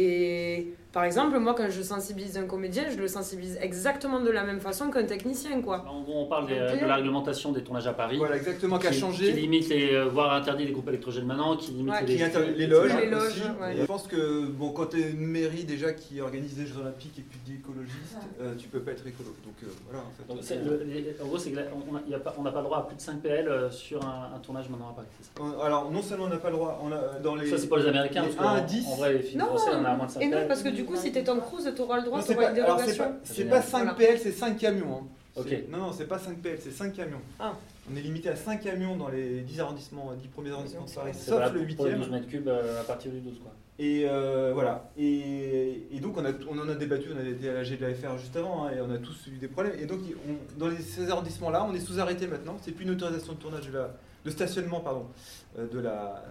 Et par exemple, moi, quand je sensibilise un comédien, je le sensibilise exactement de la même façon qu'un technicien, quoi. On parle de la réglementation des tournages à Paris. Voilà, exactement, qui a changé. Qui limite voire interdit les groupes électrogènes maintenant, qui limite les loges. Aussi. Ouais. Je pense que quand tu es une mairie déjà qui organise des Jeux Olympiques et puis tu dis écologiste, tu peux pas être écolo. Donc voilà, en fait. Donc, en gros, c'est qu'on n'a pas le droit à plus de 5 PL sur un tournage maintenant à Paris, c'est ça ? Alors, non seulement on n'a pas le droit, Ça, c'est pas les Américains, parce qu'en 10. En vrai, les films français, on a moins de 5 PL. Et non, parce que du coup, si t'es Tom Cruise, t'auras le droit, t'auras une dérogation. C'est pas 5 PL, c'est 5 camions. Okay. Non, c'est pas 5 PL, c'est 5 camions. Ah. On est limité à 5 camions dans les 10 premiers arrondissements de Paris, sauf sauf le 8e. Pour les 12 mètres cubes à partir du 12, quoi. Et voilà. Et donc, on en a débattu, on a été à la G de la FR juste avant, et on a tous eu des problèmes. Et donc, dans ces arrondissements-là, on est sous arrêté maintenant. C'est plus une autorisation de tournage de stationnement, pardon, de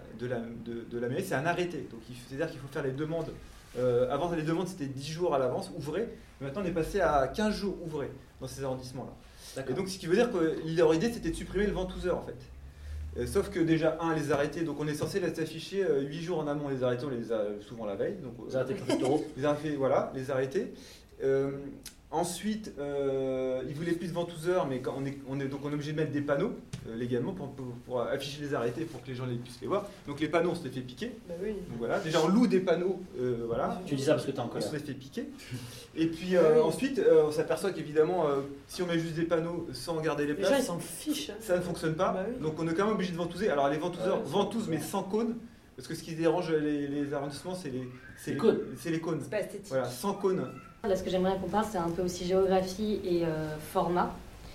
la mairie, c'est un arrêté. Donc, c'est-à-dire qu'il faut faire les demandes. Avant, les demandes, c'était 10 jours à l'avance, ouvrés. Maintenant, on est passé à 15 jours ouvrés dans ces arrondissements-là. D'accord. Et donc, ce qui veut dire que leur idée, c'était de supprimer le ventoseur, en fait. Sauf que déjà, les arrêtés, donc on est censé les afficher 8 jours en amont, les arrêtés, on les a souvent la veille. Donc, les arrêtés préfectoraux. Les arrêtés. Ensuite, ils voulaient plus de ventouseurs, mais quand on est obligé de mettre des panneaux légalement pour afficher les arrêtés pour que les gens puissent les voir. Donc les panneaux, on se les fait piquer. Bah oui. Donc voilà, déjà on loue des panneaux, voilà. Tu dis ça parce que t'es en On colère. se les fait piquer. Et puis ensuite, on s'aperçoit qu'évidemment, si on met juste des panneaux sans garder les places, Les gens, ils s'en fichent. ça ne fonctionne pas. Bah oui. Donc on est quand même obligé de ventouser. Alors les ventouseurs ventousent mais sans cône. Parce que ce qui dérange les arrondissements, c'est les cônes. C'est les cônes. C'est pas esthétique. Voilà, sans cône. Là, ce que j'aimerais qu'on parle, c'est un peu aussi géographie et format.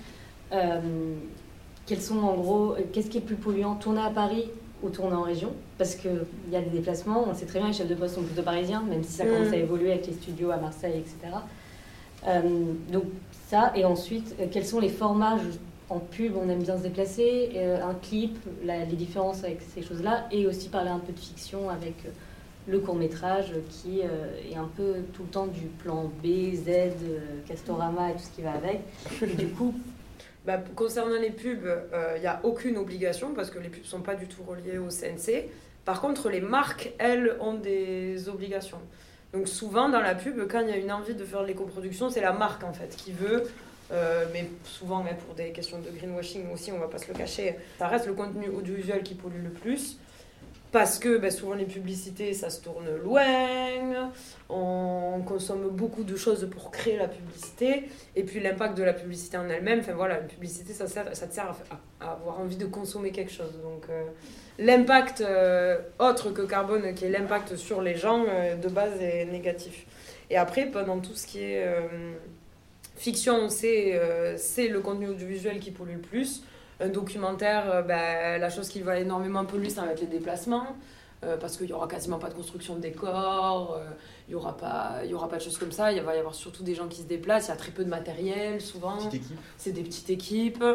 Quels sont en gros, qu'est-ce qui est plus polluant, tourner à Paris ou tourner en région? Parce qu'il y a des déplacements, on le sait très bien, les chefs de poste sont plutôt parisiens, même si ça commence à évoluer avec les studios à Marseille, etc. Donc ça, et ensuite, quels sont les formats en pub, on aime bien se déplacer, un clip, les différences avec ces choses-là, et aussi parler un peu de fiction avec le court-métrage qui est un peu tout le temps du plan B, Z, Castorama et tout ce qui va avec. Et du coup... concernant les pubs, il n'y a aucune obligation parce que les pubs ne sont pas du tout reliées au CNC. Par contre, les marques, elles, ont des obligations. Donc souvent dans la pub, quand il y a une envie de faire de l'éco-production, c'est la marque en fait qui veut, mais souvent même pour des questions de greenwashing aussi, on va pas se le cacher, ça reste le contenu audiovisuel qui pollue le plus. Parce que souvent les publicités, ça se tourne loin, on consomme beaucoup de choses pour créer la publicité, et puis l'impact de la publicité en elle-même, enfin voilà, une publicité, ça te sert à avoir envie de consommer quelque chose. Donc l'impact autre que carbone, qui est l'impact sur les gens, de base est négatif. Et après, dans tout ce qui est fiction, c'est le contenu audiovisuel qui pollue le plus. Un documentaire, la chose qui va énormément polluer, ça va être les déplacements, parce qu'il n'y aura quasiment pas de construction de décors, il n'y aura pas de choses comme ça, il va y avoir surtout des gens qui se déplacent, il y a très peu de matériel souvent, c'est des petites équipes.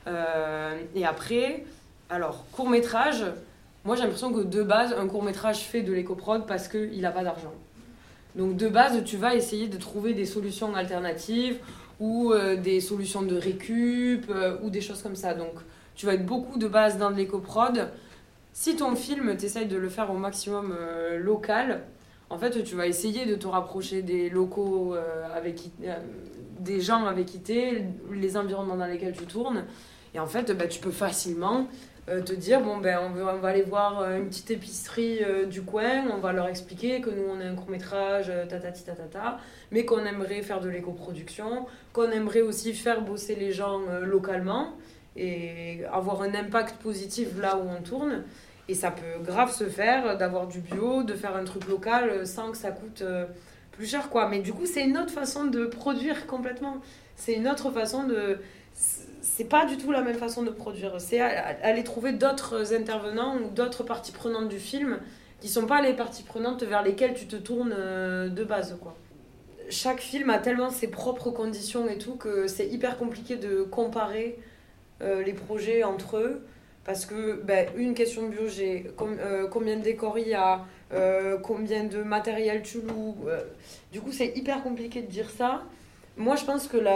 Et après, alors court-métrage, moi j'ai l'impression que de base, un court-métrage fait de l'éco-prod parce qu'il n'a pas d'argent. Donc de base, tu vas essayer de trouver des solutions alternatives, ou des solutions de récup, ou des choses comme ça. Donc, tu vas être beaucoup de base dans de l'éco-prod. Si ton film, tu essayes de le faire au maximum local, en fait, tu vas essayer de te rapprocher des locaux, des gens avec qui t'es, les environnements dans lesquels tu tournes. Et en fait, tu peux facilement te dire, on va aller voir une petite épicerie du coin, on va leur expliquer que nous, on a un court-métrage, mais qu'on aimerait faire de l'éco-production, qu'on aimerait aussi faire bosser les gens localement et avoir un impact positif là où on tourne. Et ça peut grave se faire, d'avoir du bio, de faire un truc local sans que ça coûte plus cher, quoi. Mais du coup, c'est une autre façon de produire complètement. C'est une autre façon de... C'est pas du tout la même façon de produire. C'est aller trouver d'autres intervenants ou d'autres parties prenantes du film qui sont pas les parties prenantes vers lesquelles tu te tournes de base, quoi. Chaque film a tellement ses propres conditions et tout que c'est hyper compliqué de comparer les projets entre eux. Parce que, une question de budget, combien de décors il y a, combien de matériel tu loues. Du coup, c'est hyper compliqué de dire ça. Moi, je pense que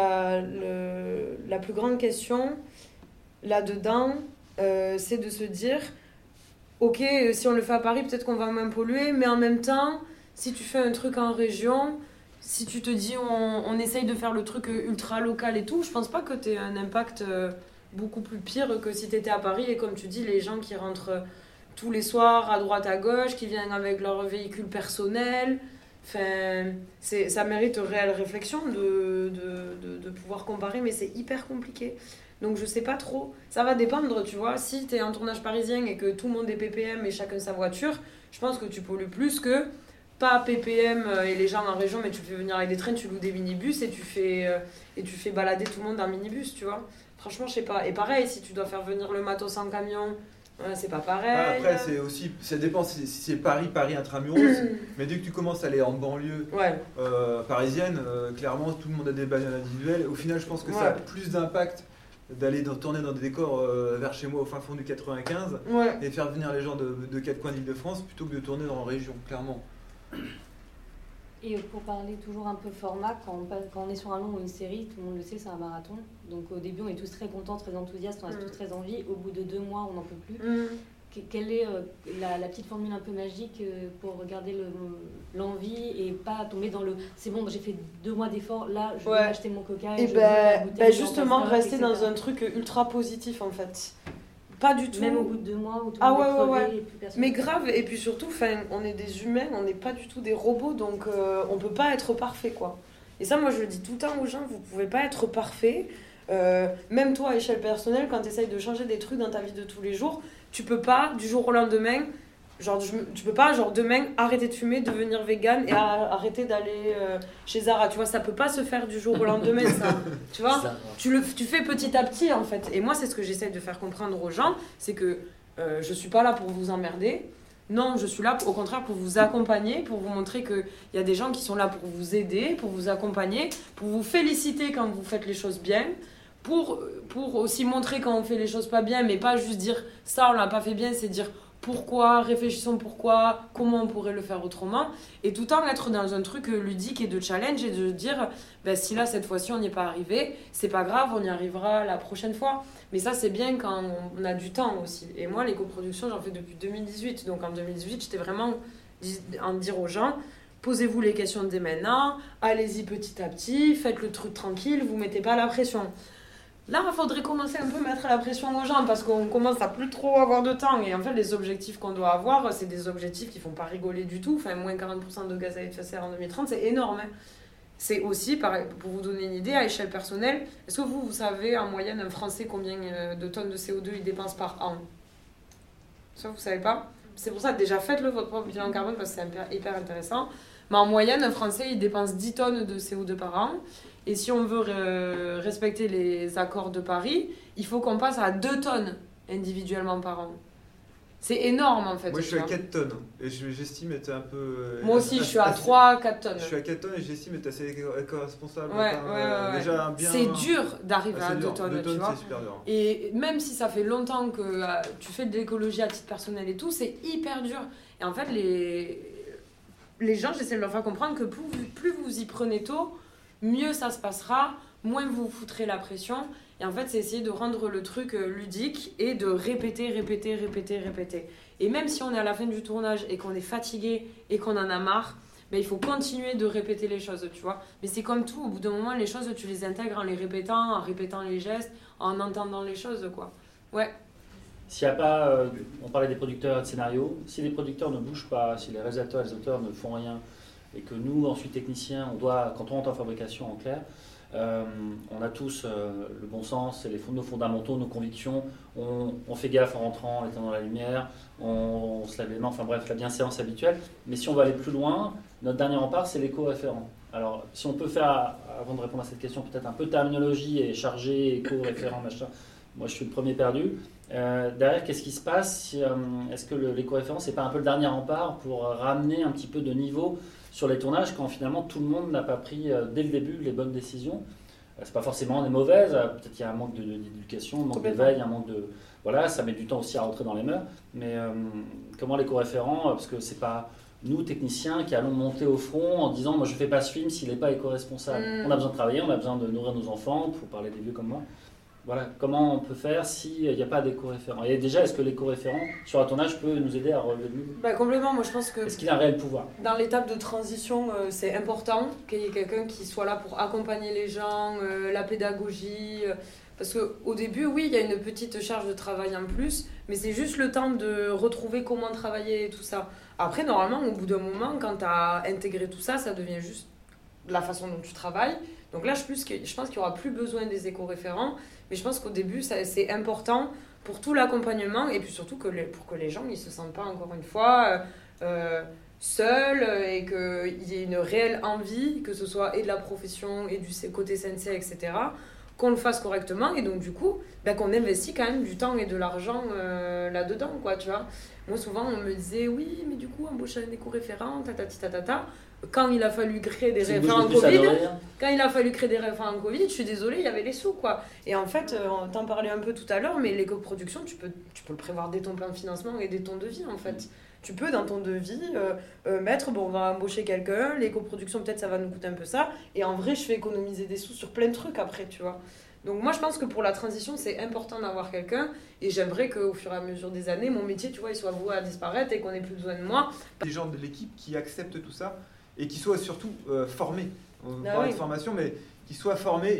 la plus grande question là-dedans, c'est de se dire, ok, si on le fait à Paris, peut-être qu'on va moins polluer, mais en même temps, si tu fais un truc en région, si tu te dis on essaye de faire le truc ultra local et tout, je pense pas que tu aies un impact beaucoup plus pire que si tu étais à Paris et comme tu dis, les gens qui rentrent tous les soirs à droite à gauche, qui viennent avec leur véhicule personnel. Enfin, ça mérite réelle réflexion de pouvoir comparer, mais c'est hyper compliqué. Donc je sais pas trop. Ça va dépendre, tu vois. Si tu es en tournage parisien et que tout le monde est PPM et chacun sa voiture, je pense que tu pollues plus que pas PPM et les gens en région, mais tu fais venir avec des trains, tu loues des minibus et tu fais balader tout le monde en minibus, tu vois. Franchement, je sais pas. Et pareil, si tu dois faire venir le matos en camion, c'est pas pareil. Après, c'est aussi, ça dépend si c'est Paris intramuros, mais dès que tu commences à aller en banlieue parisienne, clairement, tout le monde a des bagnoles individuelles. Au final, je pense que ça a plus d'impact d'aller tourner dans des décors vers chez moi au fin fond du 95 et faire venir les gens de quatre coins d'Île-de-France plutôt que de tourner en région, clairement. Et pour parler toujours un peu format, quand on est sur un long ou une série, tout le monde le sait, c'est un marathon. Donc au début, on est tous très contents, très enthousiastes, on a tous très envie. Au bout de 2 mois, on n'en peut plus. Quelle est la petite formule un peu magique pour regarder l'envie et pas tomber dans le « c'est bon, j'ai fait 2 mois d'efforts, là, je vais acheter mon coca et je vais la bouteille. » Justement, rester dans un truc ultra positif, en fait. Pas du tout. Même au bout de 2 mois où tout le monde est crevé et plus personne. Mais grave, et puis surtout, on est des humains, on n'est pas du tout des robots, donc on peut pas être parfait, quoi. Et ça, moi, je le dis tout le temps aux gens, vous pouvez pas être parfait. Même toi, à échelle personnelle, quand tu essayes de changer des trucs dans ta vie de tous les jours, tu peux pas, du jour au lendemain, tu peux pas, demain, arrêter de fumer, devenir vegan et arrêter d'aller chez Zara. Tu vois, ça peut pas se faire du jour au lendemain, ça. Tu vois, tu fais petit à petit, en fait. Et moi, c'est ce que j'essaie de faire comprendre aux gens, c'est que je suis pas là pour vous emmerder. Non, je suis là, au contraire, pour vous accompagner, pour vous montrer qu'il y a des gens qui sont là pour vous aider, pour vous accompagner, pour vous féliciter quand vous faites les choses bien, pour aussi montrer quand on fait les choses pas bien, mais pas juste dire « ça, on l'a pas fait bien », c'est dire « pourquoi, réfléchissons pourquoi, comment on pourrait le faire autrement ?» Et tout le temps être dans un truc ludique et de challenge et de dire si là, cette fois-ci, on n'y est pas arrivé, c'est pas grave, on y arrivera la prochaine fois. Mais ça, c'est bien quand on a du temps aussi. Et moi, l'éco-production, j'en fais depuis 2018. Donc en 2018, j'étais vraiment en dire aux gens, posez-vous les questions dès maintenant, allez-y petit à petit, faites le truc tranquille, vous mettez pas la pression. Là, il faudrait commencer un peu à mettre la pression aux gens parce qu'on commence à plus trop avoir de temps. Et en fait, les objectifs qu'on doit avoir, c'est des objectifs qui font pas rigoler du tout. Enfin, moins 40% de gaz à effet de serre en 2030, c'est énorme. Hein. C'est aussi, pour vous donner une idée, à échelle personnelle, est-ce que vous savez en moyenne un Français combien de tonnes de CO2 il dépense par an? Ça, vous savez pas? C'est pour ça, déjà, faites-le votre propre bilan carbone parce que c'est hyper intéressant. Mais en moyenne, un Français, il dépense 10 tonnes de CO2 par an. Et si on veut respecter les accords de Paris, il faut qu'on passe à 2 tonnes individuellement par an. C'est énorme en fait. Moi je suis à 4 tonnes et j'estime être un peu... Moi aussi je suis à 3-4 tonnes. Je suis à 4 tonnes et j'estime être assez éco-responsable. Ouais. Déjà bien... C'est dur d'arriver à 2 tonnes, 2 tonnes, tu vois. c'est super dur. Et même si ça fait longtemps que tu fais de l'écologie à titre personnel et tout, c'est hyper dur. Et en fait les gens, j'essaie de leur faire comprendre que plus vous y prenez tôt, mieux ça se passera, moins vous foutrez la pression. Et en fait, c'est essayer de rendre le truc ludique et de répéter. Et même si on est à la fin du tournage et qu'on est fatigué et qu'on en a marre, ben, il faut continuer de répéter les choses, tu vois. Mais c'est comme tout, au bout d'un moment, les choses, tu les intègres en les répétant, en répétant les gestes, en entendant les choses, quoi. Ouais. S'il n'y a pas, on parlait des producteurs et de scénarios, si les producteurs ne bougent pas, si les réalisateurs et les auteurs ne font rien, et que nous, ensuite techniciens, on doit, quand on rentre en fabrication en clair, on a tous le bon sens, nos fondamentaux, nos convictions, on fait gaffe en rentrant, en étant dans la lumière, on se lave les mains, enfin bref, la bienséance habituelle. Mais si on va aller plus loin, notre dernier rempart, c'est l'éco-référent. Alors, si on peut faire, avant de répondre à cette question, peut-être un peu de terminologie et chargé, éco-référent, machin, moi je suis le premier perdu. Derrière, qu'est-ce qui se passe? Est-ce que l'éco-référent, c'est pas un peu le dernier rempart pour ramener un petit peu de niveau sur les tournages quand finalement tout le monde n'a pas pris dès le début les bonnes décisions? C'est pas forcément des mauvaises, peut-être qu'il y a un manque d'éducation, un manque d'éveil, un manque de... Voilà, ça met du temps aussi à rentrer dans les mœurs, mais comment l'éco-référent, parce que c'est pas nous, techniciens, qui allons monter au front en disant « moi je fais pas ce film s'il n'est pas éco-responsable ». On a besoin de travailler, on a besoin de nourrir nos enfants, pour parler des vieux comme moi. Voilà, comment on peut faire s'il n'y a pas d'éco-référent? Et déjà, est-ce que l'éco-référent sur un tournage peut nous aider à relever le niveau? Complètement, moi je pense que... Est-ce qu'il a un réel pouvoir? Dans l'étape de transition, c'est important qu'il y ait quelqu'un qui soit là pour accompagner les gens, la pédagogie... Parce qu'au début, oui, il y a une petite charge de travail en plus, mais c'est juste le temps de retrouver comment travailler et tout ça. Après, normalement, au bout d'un moment, quand tu as intégré tout ça, ça devient juste la façon dont tu travailles. Donc là, je pense qu'il n'y aura plus besoin des éco-référents, mais je pense qu'au début, c'est important pour tout l'accompagnement et puis surtout pour que les gens ne se sentent pas, encore une fois, seuls et qu'il y ait une réelle envie, que ce soit et de la profession et du côté CNC, etc., qu'on le fasse correctement et donc du coup qu'on investit quand même du temps et de l'argent là-dedans, quoi, tu vois. Moi souvent on me disait oui mais du coup embaucher un éco-référent tatata. Quand il a fallu créer des référents en Covid, je suis désolée, il y avait les sous, quoi. Et en fait, on t'en parlait un peu tout à l'heure, mais l'éco-production, tu peux le prévoir dès ton plan de financement et dès ton devis, en fait. Tu peux, dans ton devis, mettre, on va embaucher quelqu'un, l'éco-production, peut-être ça va nous coûter un peu ça, et en vrai, je fais économiser des sous sur plein de trucs après, tu vois. Donc moi, je pense que pour la transition, c'est important d'avoir quelqu'un, et j'aimerais qu'au fur et à mesure des années, mon métier, tu vois, il soit voué à disparaître et qu'on n'ait plus besoin de moi. Les gens de l'équipe qui acceptent tout ça, et qui soient surtout formés. On parle de formation, mais qui soient formés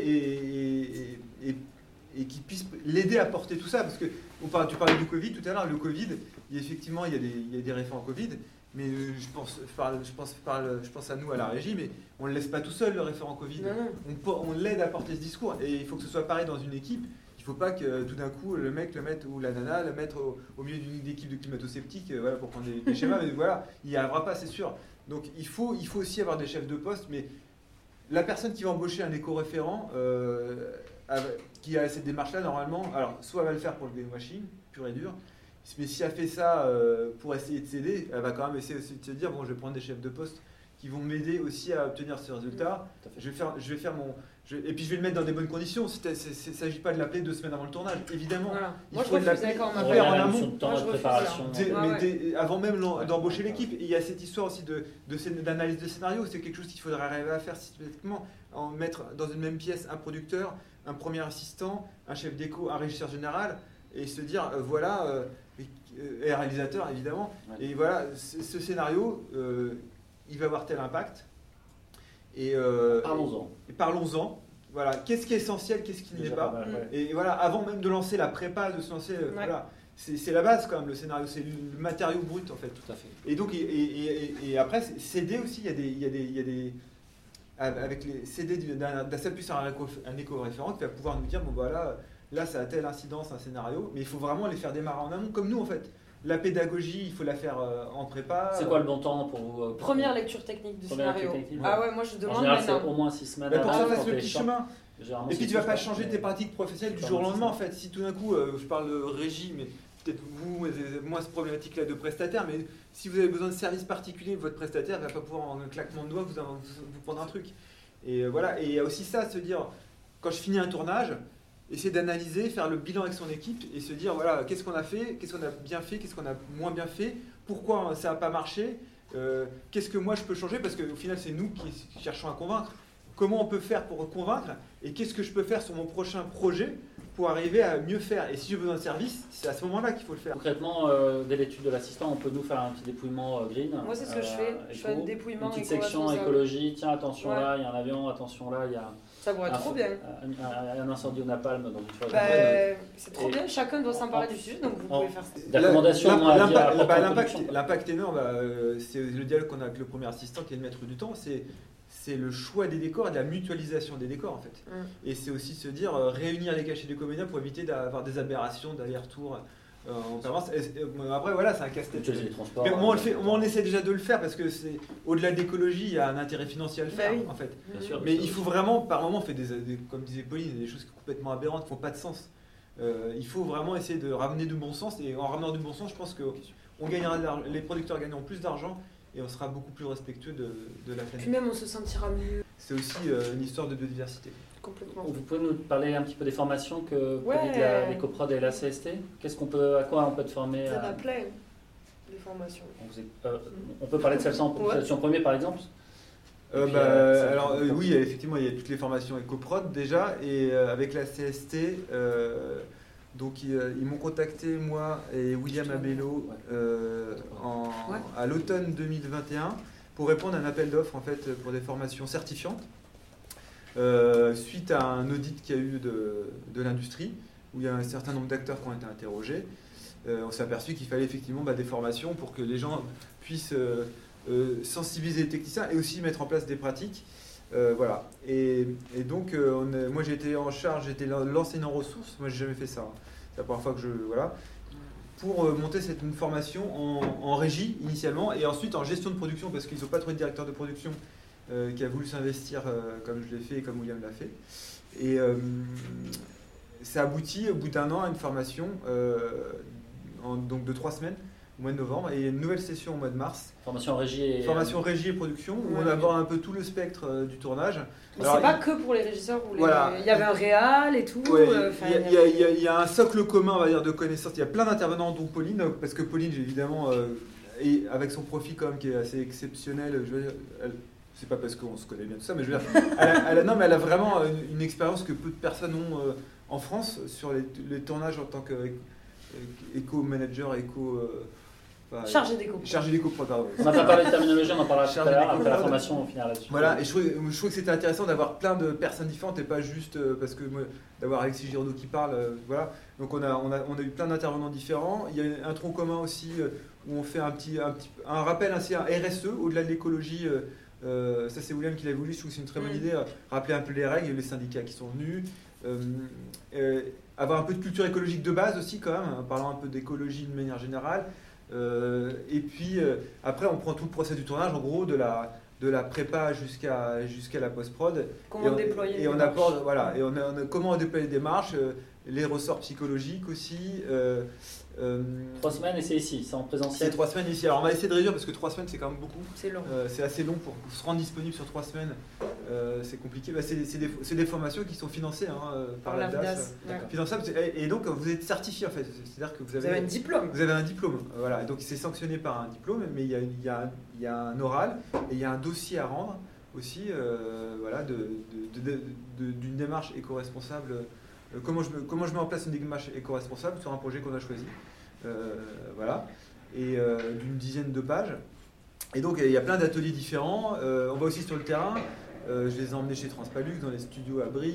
et qui puissent l'aider à porter tout ça. Parce que tu parlais du Covid tout à l'heure. Le Covid, effectivement, il y a des référents Covid, mais je pense à nous, à la régie, mais on ne le laisse pas tout seul, le référent Covid. On l'aide à porter ce discours. Et il faut que ce soit pareil dans une équipe. Il ne faut pas que tout d'un coup, le mec le mette, ou la nana le mette au milieu d'une équipe de climato-sceptiques, voilà, pour prendre des schémas. Mais voilà, il n'y arrivera pas, c'est sûr. Donc il faut aussi avoir des chefs de poste, mais la personne qui va embaucher un éco-référent qui a cette démarche-là, normalement, alors soit elle va le faire pour le greenwashing, pur et dur, mais si elle fait ça pour essayer de s'aider, elle va quand même essayer aussi de se dire, bon, je vais prendre des chefs de poste qui vont m'aider aussi à obtenir ce résultat. Je vais faire mon... et puis je vais le mettre dans des bonnes conditions. Il ne s'agit pas de l'appeler 2 semaines avant le tournage, évidemment. Voilà. Il faut l'appeler en amont. Avant même d'embaucher l'équipe. Et il y a cette histoire aussi d'analyse de scénario. C'est quelque chose qu'il faudrait arriver à faire systématiquement. Mettre dans une même pièce un producteur, un premier assistant, un chef d'éco, un régisseur général, et se dire, et un réalisateur, évidemment. Ouais. Et voilà, ce scénario... il va avoir tel impact. Et parlons-en. Voilà, qu'est-ce qui est essentiel, qu'est-ce qui ne l'est pas. Et voilà, avant même de lancer la prépa, de se lancer, voilà, c'est la base quand même, le scénario, c'est le matériau brut en fait. Tout à fait. Et donc, et après, CD aussi, il y a des avec les CD d'un s'appuie sur un éco-référent qui va pouvoir nous dire, bon voilà, là ça a telle incidence, un scénario, mais il faut vraiment les faire démarrer en amont, comme nous en fait. La pédagogie, il faut la faire en prépa. C'est quoi le bon temps pour vous Première lecture technique du scénario. Ah ouais, moi je demande en général, c'est maintenant. au moins 6 semaines. Pour que ça fasse le petit chemin. Généralement, Et puis tu vas pas changer tes pratiques professionnelles du jour au lendemain en fait. Si tout d'un coup, je parle de régie, mais peut-être vous, moins cette problématique-là de prestataire, mais si vous avez besoin de services particuliers, votre prestataire ne va pas pouvoir en un claquement de doigts vous prendre un truc. Et voilà, et il y a aussi ça, se dire, quand je finis un tournage, essayer d'analyser, faire le bilan avec son équipe et se dire, voilà, qu'est-ce qu'on a fait, qu'est-ce qu'on a bien fait, qu'est-ce qu'on a moins bien fait, pourquoi ça n'a pas marché, qu'est-ce que moi je peux changer, parce qu'au final c'est nous qui cherchons à convaincre. Comment on peut faire pour convaincre et qu'est-ce que je peux faire sur mon prochain projet pour arriver à mieux faire. Et si j'ai besoin de service, c'est à ce moment-là qu'il faut le faire. Concrètement, dès l'étude de l'assistant, on peut nous faire un petit dépouillement green. Moi, c'est ce que je fais. Je fais un dépouillement une petite section écologie. Tiens, attention là, il y a un avion. Attention là, il y a... Ça pourrait être trop bien. Un incendie au napalm. Donc, c'est trop bien. Chacun doit s'emparer du sujet, donc vous pouvez faire ça. L'impact énorme, c'est le dialogue qu'on a avec le premier assistant qui est le maître du temps. C'est le choix des décors et de la mutualisation des décors en fait. Et c'est aussi se dire réunir les cachets des comédiens pour éviter d'avoir des aberrations d'aller-retour en permanence. Après voilà, c'est un casse-tête. Moi on essaie déjà de le faire parce que c'est au-delà de l'écologie, il y a un intérêt financier à le faire en fait. Mais il faut vraiment, par moment on fait comme disait Pauline, des choses complètement aberrantes qui font pas de sens. Il faut vraiment essayer de ramener du bon sens et en ramenant du bon sens, je pense que les producteurs gagneront plus d'argent. Et on sera beaucoup plus respectueux de la planète. Puis même on se sentira mieux. C'est aussi une histoire de biodiversité. Complètement. Vous pouvez nous parler un petit peu des formations que l'Ecoprod et la CST ? À quoi on peut te former ? Il y en a plein, des formations. On peut parler de celle-ci en premier par exemple ? Oui, effectivement, il y a toutes les formations Ecoprod déjà. Et avec la CST... Donc ils m'ont contacté, moi et William Abello, à l'automne 2021 pour répondre à un appel d'offres en fait, pour des formations certifiantes suite à un audit qu'il y a eu de l'industrie où il y a un certain nombre d'acteurs qui ont été interrogés. On s'est aperçu qu'il fallait effectivement des formations pour que les gens puissent sensibiliser les techniciens et aussi mettre en place des pratiques. Voilà. Et donc, moi j'ai été en charge, j'étais l'enseignant ressources, moi j'ai jamais fait ça. C'est la première fois que pour monter une formation en régie initialement et ensuite en gestion de production parce qu'ils n'ont pas trouvé de directeur de production qui a voulu s'investir comme je l'ai fait et comme William l'a fait. Et ça aboutit au bout d'un an à une formation donc de 3 semaines. Au mois de novembre et une nouvelle session au mois de mars. Formation régie et production où on aborde un peu tout le spectre du tournage. Mais c'est pas que pour les régisseurs, il y avait un réal et tout. Il y a un socle commun, on va dire, de connaissances. Il y a plein d'intervenants, dont Pauline, parce que Pauline, évidemment, et avec son profil quand même qui est assez exceptionnel, je veux dire, c'est pas parce qu'on se connaît bien tout ça, mais je veux dire, elle a vraiment une expérience que peu de personnes ont en France sur les tournages en tant qu'éco-manager, chargé d'éco, pardon. On n'a pas parlé de terminologie, on en parlera tout à l'heure après la formation, on finira là-dessus. Voilà, et je trouve que c'était intéressant d'avoir plein de personnes différentes et pas juste parce que d'avoir Alexis Giraudot qui parle, voilà. Donc on a eu plein d'intervenants différents. Il y a un tronc commun aussi où on fait un rappel ainsi un RSE au-delà de l'écologie. Ça c'est William qui l'a voulu, je trouve que c'est une très bonne idée. Rappeler un peu les règles, les syndicats qui sont venus. Avoir un peu de culture écologique de base aussi quand même, en parlant un peu d'écologie de manière générale. Et puis après on prend tout le process du tournage en gros de la prépa jusqu'à la post-prod. Comment déployer et on apporte et on comment déployer des démarches, les ressorts psychologiques aussi. 3 semaines et c'est ici, c'est en présentiel. C'est 3 semaines ici. Alors on va essayer de réduire parce que 3 semaines c'est quand même beaucoup. C'est long. C'est assez long pour se rendre disponible sur 3 semaines. C'est compliqué. C'est des formations qui sont financées par la DAS. Finançables. Et donc vous êtes certifié en fait. C'est-à-dire que vous avez un diplôme. Vous avez un diplôme. Voilà. Et donc c'est sanctionné par un diplôme, mais il y a un oral et il y a un dossier à rendre aussi. D'une démarche éco-responsable. Comment je mets en place une démarche éco-responsable sur un projet qu'on a choisi. Voilà. Et d'une dizaine de pages. Et donc il y a plein d'ateliers différents. On va aussi sur le terrain. Je les ai emmenés chez Transpalux, dans les studios à Brie,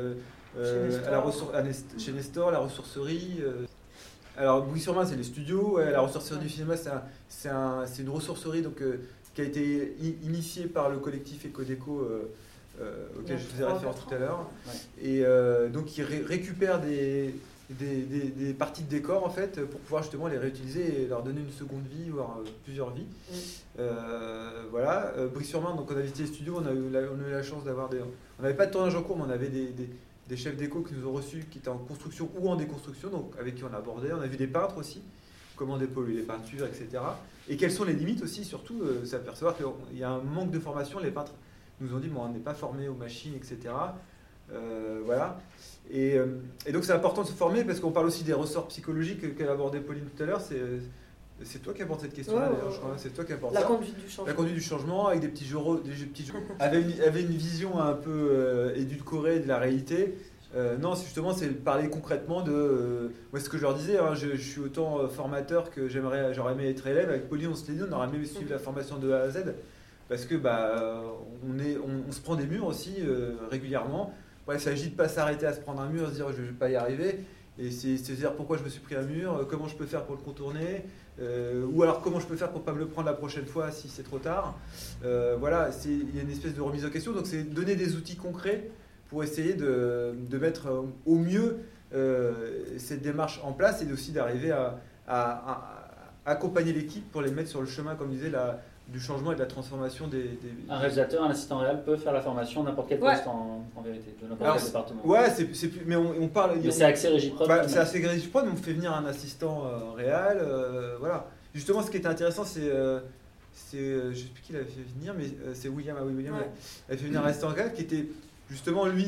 chez Nestor, la ressourcerie. Alors Brie-sur-Marne, c'est les studios. La ressourcerie du cinéma, c'est une ressourcerie donc, qui a été initiée par le collectif Ecodeco auquel je faisais référence tout à l'heure. Ouais. Et donc ils récupèrent des parties de décor en fait pour pouvoir justement les réutiliser et leur donner une seconde vie, voire plusieurs vies. Voilà. Brie-sur-Marne, donc on a visité les studios, on a eu la chance d'avoir on n'avait pas de tournage en cours, mais on avait des chefs déco qui nous ont reçus, qui étaient en construction ou en déconstruction, donc avec qui on a abordé. On a vu des peintres aussi, comment dépolluer les peintures, etc. Et quelles sont les limites aussi, surtout, s'apercevoir qu'il y a un manque de formation. Les peintres nous ont dit, bon, on n'est pas formés aux machines, etc. Voilà. Et donc c'est important de se former parce qu'on parle aussi des ressorts psychologiques qu'elle a abordé Pauline tout à l'heure. C'est toi qui apportes cette question-là, d'ailleurs, je crois. C'est toi qui apportes ça. La conduite du changement avec des petits jeux. avait une vision un peu édulcorée de la réalité. Non, c'est parler concrètement de... moi, ce que je leur disais, hein, je suis autant formateur que j'aurais aimé être élève. Avec Pauline, on se l'est dit, on aurait aimé suivre la formation de A à Z. Parce que on se prend des murs aussi régulièrement. Ouais, il s'agit de ne pas s'arrêter à se prendre un mur, se dire je ne vais pas y arriver. Et c'est se dire pourquoi je me suis pris un mur, comment je peux faire pour le contourner, ou alors comment je peux faire pour ne pas me le prendre la prochaine fois si c'est trop tard. Voilà, il y a une espèce de remise en question. Donc c'est donner des outils concrets pour essayer de mettre au mieux cette démarche en place et aussi d'arriver à accompagner l'équipe pour les mettre sur le chemin, comme disait du changement et de la transformation des... Un réalisateur, un assistant réel peut faire la formation n'importe quel poste en vérité, de n'importe quel département. Ouais, mais on parle... Mais c'est axé Régiprod. C'est axé Régiprod, mais on fait venir un assistant réel, voilà. Justement, ce qui était intéressant, c'est je ne sais plus qui l'avait fait venir, mais c'est William. William avait fait venir un assistant réel qui était justement, lui,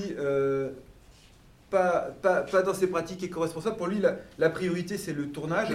pas dans ses pratiques éco-responsables. Pour lui, la priorité, c'est le tournage.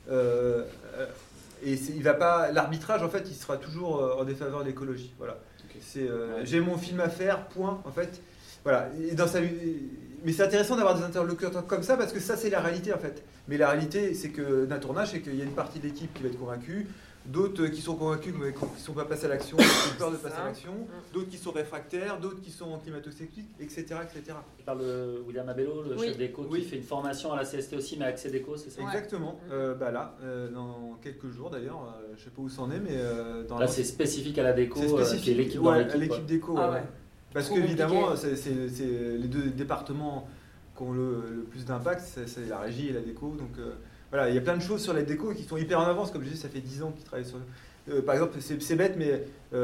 Et il va pas, l'arbitrage en fait il sera toujours en défaveur de l'écologie, voilà. Okay. J'ai mon film à faire, point, en fait, voilà. Et mais c'est intéressant d'avoir des interlocuteurs comme ça parce que ça c'est la réalité en fait. Mais la réalité c'est que d'un tournage, c'est qu'il y a une partie de l'équipe qui va être convaincue, d'autres qui sont convaincus mais qui ne sont pas passés à l'action, qui ont peur de passer à l'action, d'autres qui sont réfractaires, d'autres qui sont climato-sceptiques, etc., etc. Tu parles de William Abello, le chef d'éco, qui fait une formation à la CST aussi, mais accès d'éco, c'est ça? Exactement. Là, dans quelques jours d'ailleurs, je ne sais pas où c'en est, mais... là, c'est spécifique à la déco, c'est l'équipe dans l'équipe. L'équipe déco, parce qu'évidemment, c'est les deux départements qui ont le plus d'impact, c'est la régie et la déco, donc... Voilà, il y a plein de choses sur la déco qui sont hyper en avance, comme je dis, ça fait 10 ans qu'ils travaillent sur... par exemple, c'est bête, mais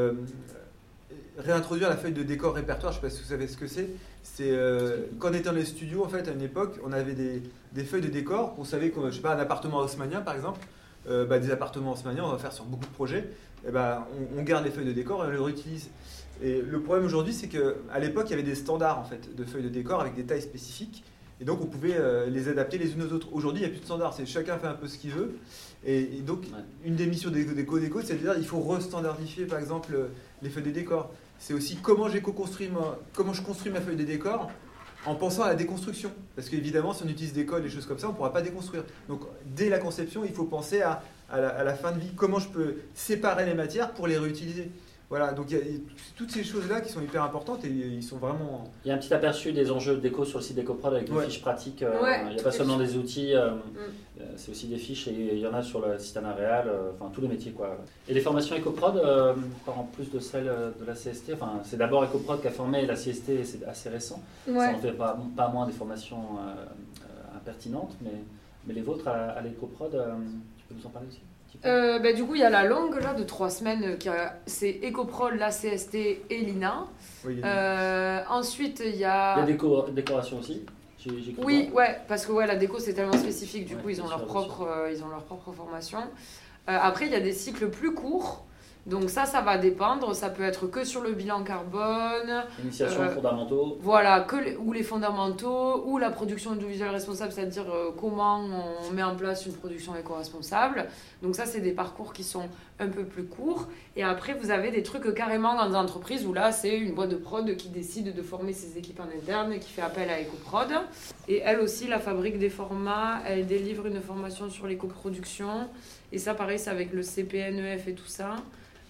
réintroduire la feuille de décor répertoire, je ne sais pas si vous savez ce que c'est. Quand on était dans les studios, en fait, à une époque, on avait des feuilles de décor, on savait, je sais pas, un appartement haussmannien, par exemple, des appartements haussmanniens, on va faire sur beaucoup de projets, et on garde les feuilles de décor et on les réutilise. Et le problème aujourd'hui, c'est qu'à l'époque, il y avait des standards, en fait, de feuilles de décor avec des tailles spécifiques. Et donc, on pouvait les adapter les unes aux autres. Aujourd'hui, il n'y a plus de standard. Chacun fait un peu ce qu'il veut. Et donc, une des missions des déco, c'est de dire qu'il faut restandardifier, par exemple, les feuilles de décor. C'est aussi comment je construis ma feuille de décor en pensant à la déconstruction. Parce qu'évidemment, si on utilise des codes, des choses comme ça, on ne pourra pas déconstruire. Donc, dès la conception, il faut penser à la fin de vie. Comment je peux séparer les matières pour les réutiliser. Voilà, donc il y a toutes ces choses-là qui sont hyper importantes et ils sont vraiment... Il y a un petit aperçu des enjeux d'éco sur le site d'EcoProd avec des fiches pratiques. Il n'y a pas seulement des outils, c'est aussi des fiches et il y en a sur le site Anaréal, enfin tous les métiers quoi. Et les formations EcoProd, en plus de celles de la CST, enfin c'est d'abord EcoProd qui a formé la CST, c'est assez récent. Ça en fait pas moins des formations impertinentes, mais les vôtres à l'EcoProd, tu peux nous en parler aussi? Du coup, il y a la longue là, de 3 semaines, c'est EcoProd, la CST et l'INA. Oui, ensuite, il y a... Les décorations aussi. Parce que la déco c'est tellement spécifique, du coup ils ont leur propre formation. Après, il y a des cycles plus courts. Donc ça va dépendre, ça peut être que sur le bilan carbone. Initiation fondamentaux. Voilà, ou les fondamentaux, ou la production audiovisuelle responsable, c'est-à-dire comment on met en place une production éco-responsable. Donc ça, c'est des parcours qui sont un peu plus courts. Et après, vous avez des trucs carrément dans des entreprises où là, c'est une boîte de prod qui décide de former ses équipes en interne, qui fait appel à EcoProd. Et elle aussi, la fabrique des formats, elle délivre une formation sur l'éco-production. Et ça, pareil, c'est avec le CPNEF et tout ça.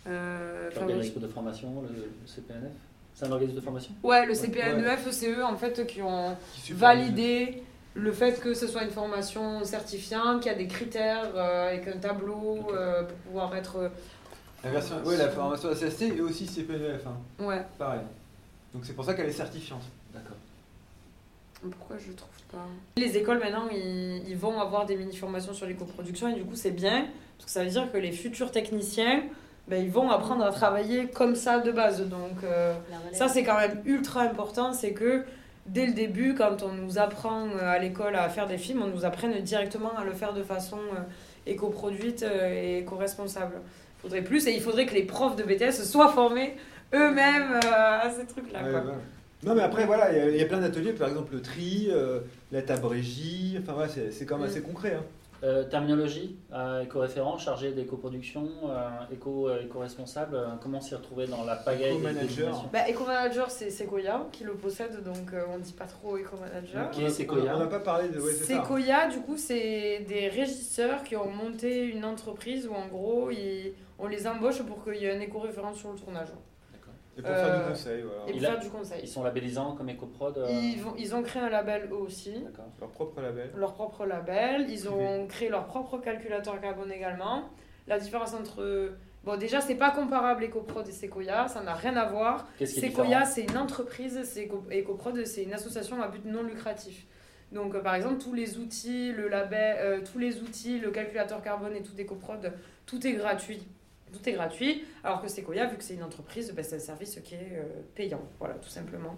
L'organisme de formation, le CPNF. C'est un organisme de formation ? Ouais, le CPNEF, c'est eux en fait qui ont Qui validé le fait que ce soit une formation certifiante, qu'il y a des critères avec un tableau pour pouvoir être... la formation ACST et aussi CPNEF, hein. Ouais. Pareil. Donc c'est pour ça qu'elle est certifiante. D'accord. Pourquoi je trouve pas... Les écoles maintenant, ils vont avoir des mini-formations sur l'éco-production et du coup c'est bien, parce que ça veut dire que les futurs techniciens, ils vont apprendre à travailler comme ça de base. Donc ça c'est quand même ultra important, c'est que dès le début, quand on nous apprend à l'école à faire des films, on nous apprenne directement à le faire de façon éco-produite et éco-responsable. Il faudrait que les profs de BTS soient formés eux-mêmes à ces trucs-là. Ouais, quoi. ouais. Non mais après voilà, il y a plein d'ateliers, par exemple le tri, la tabrégie, enfin voilà, c'est quand même assez concret. Hein. Terminologie, éco-référent, chargé d'éco-production, éco-responsable, comment s'y retrouver dans la pagaille des Éco-manager. désignations ? Éco-manager, c'est Sequoia qui le possède, donc on ne dit pas trop éco-manager. Qui est Sequoia ? On n'a pas parlé de... Ouais, c'est ça. Sequoia, du coup, c'est des régisseurs qui ont monté une entreprise où en gros, on les embauche pour qu'il y ait un éco-référent sur le tournage. Et pour faire du conseil, voilà. Et pour faire du conseil. Ils sont labellisants comme EcoProd Ils ont créé un label eux aussi. D'accord. Leur propre label. Leur propre label. Ils ont créé leur propre calculateur carbone également. La différence entre... Bon, déjà, c'est pas comparable EcoProd et Sequoia, ça n'a rien à voir. Qu'est-ce qui est Sequoia, différent ? c'est une entreprise, EcoProd, c'est une association à but non lucratif. Donc, par exemple, tous les outils, le label, le calculateur carbone et tout d'EcoProd, tout est gratuit. Tout est gratuit, alors que Sequoia, vu que c'est une entreprise, c'est un service qui est payant, voilà, tout simplement.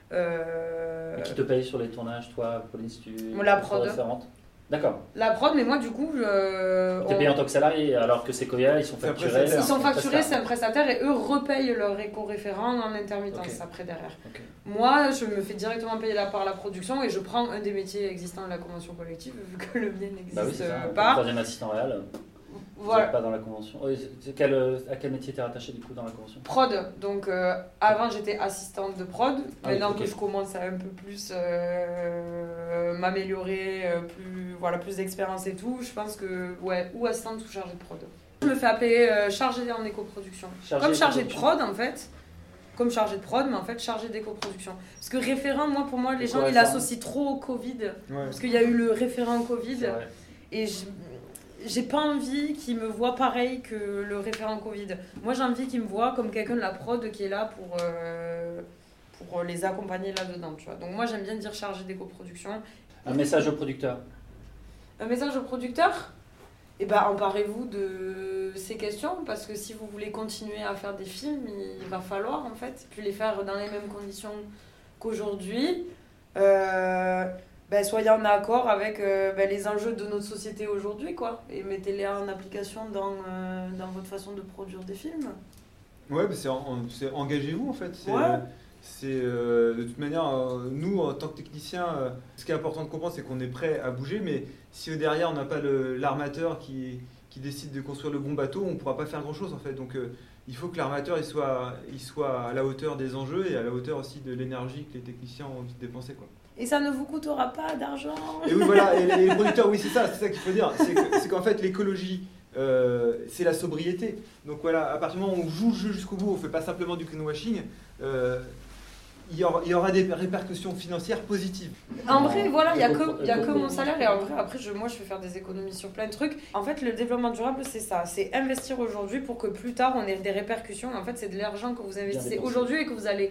Et qui te paye sur les tournages, toi, Pauline, si tu la prod. Référente ? D'accord. La prod, mais moi, du coup... T'es payé en tant que salarié, alors que Sequoia, ils sont facturés. Ils sont facturés, c'est un prestataire, et eux repayent leur éco-référent en intermittence après derrière. Okay. Moi, je me fais directement payer par la production, et je prends un des métiers existants de la convention collective, vu que le mien n'existe pas. Troisième assistant réel. Voilà. Pas dans la convention. À quel métier t'es rattaché du coup dans la convention ? Prod. Donc avant j'étais assistante de prod. Maintenant que je commence à un peu plus m'améliorer, plus d'expérience et tout, je pense que ou assistante ou chargée de prod. Je me fais appeler chargée en éco-production. Comme chargée de prod en fait. Comme chargée de prod, mais en fait chargée d'éco-production. Parce que référent, pour moi, les gens ils l'associent trop au Covid. Ouais. Parce qu'il y a eu le référent Covid. Et j'ai pas envie qu'ils me voient pareil que le référent Covid. Moi, j'ai envie qu'ils me voient comme quelqu'un de la prod qui est là pour les accompagner là-dedans, tu vois. Donc moi, j'aime bien dire chargé d'éco-production. Un message au producteur. Un message au producteur ? Emparez-vous de ces questions, parce que si vous voulez continuer à faire des films, il va falloir, en fait, puis les faire dans les mêmes conditions qu'aujourd'hui. Soyez en accord avec les enjeux de notre société aujourd'hui, quoi, et mettez-les en application dans votre façon de produire des films. Ouais, c'est engagez-vous en fait. De toute manière, nous en tant que techniciens, ce qui est important de comprendre, c'est qu'on est prêt à bouger, mais si derrière on n'a pas l'armateur qui décide de construire le bon bateau, on ne pourra pas faire grand-chose en fait. Donc il faut que l'armateur il soit à la hauteur des enjeux et à la hauteur aussi de l'énergie que les techniciens ont envie de dépenser, quoi. Et ça ne vous coûtera pas d'argent. Et oui, voilà, et les producteurs, oui, c'est ça qu'il faut dire. C'est qu'en fait, l'écologie, c'est la sobriété. Donc voilà, à partir du moment où on joue le jeu jusqu'au bout, on ne fait pas simplement du greenwashing, il y aura des répercussions financières positives. En vrai, voilà, il n'y a que mon salaire, et en vrai, après, moi, je vais faire des économies sur plein de trucs. En fait, le développement durable, c'est ça, c'est investir aujourd'hui pour que plus tard, on ait des répercussions. En fait, c'est de l'argent que vous investissez aujourd'hui et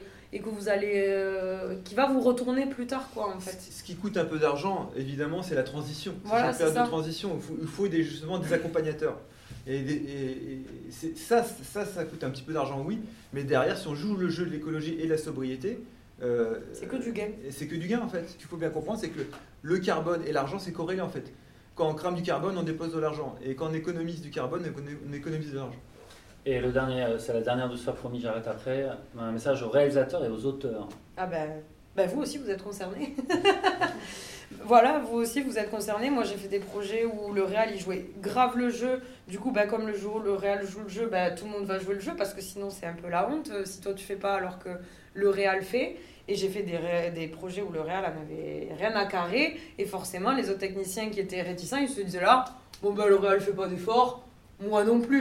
qui va vous retourner plus tard, quoi, en fait. Ce qui coûte un peu d'argent, évidemment, c'est la transition. Voilà, c'est une période de transition. Il faut justement des accompagnateurs. Et ça coûte un petit peu d'argent, oui, mais derrière, si on joue le jeu de l'écologie et de la sobriété, c'est que du gain. C'est que du gain, en fait. Ce qu'il faut bien comprendre, c'est que le carbone et l'argent, c'est corrélé, en fait. Quand on crame du carbone, on dépose de l'argent. Et quand on économise du carbone, on économise de l'argent. Et le dernier, c'est la dernière de ce soir, promis, j'arrête après. Un message aux réalisateurs et aux auteurs. Ah vous aussi, vous êtes concernés. Voilà, vous aussi, vous êtes concernés. Moi, j'ai fait des projets où le réal, il jouait grave le jeu. Du coup, comme le réal joue le jeu, tout le monde va jouer le jeu, parce que sinon, c'est un peu la honte si toi, tu fais pas alors que le réal fait. Et j'ai fait des projets où le réal en avait rien à carrer. Et forcément, les autres techniciens qui étaient réticents, ils se disaient là, le réal fait pas d'effort, moi non plus.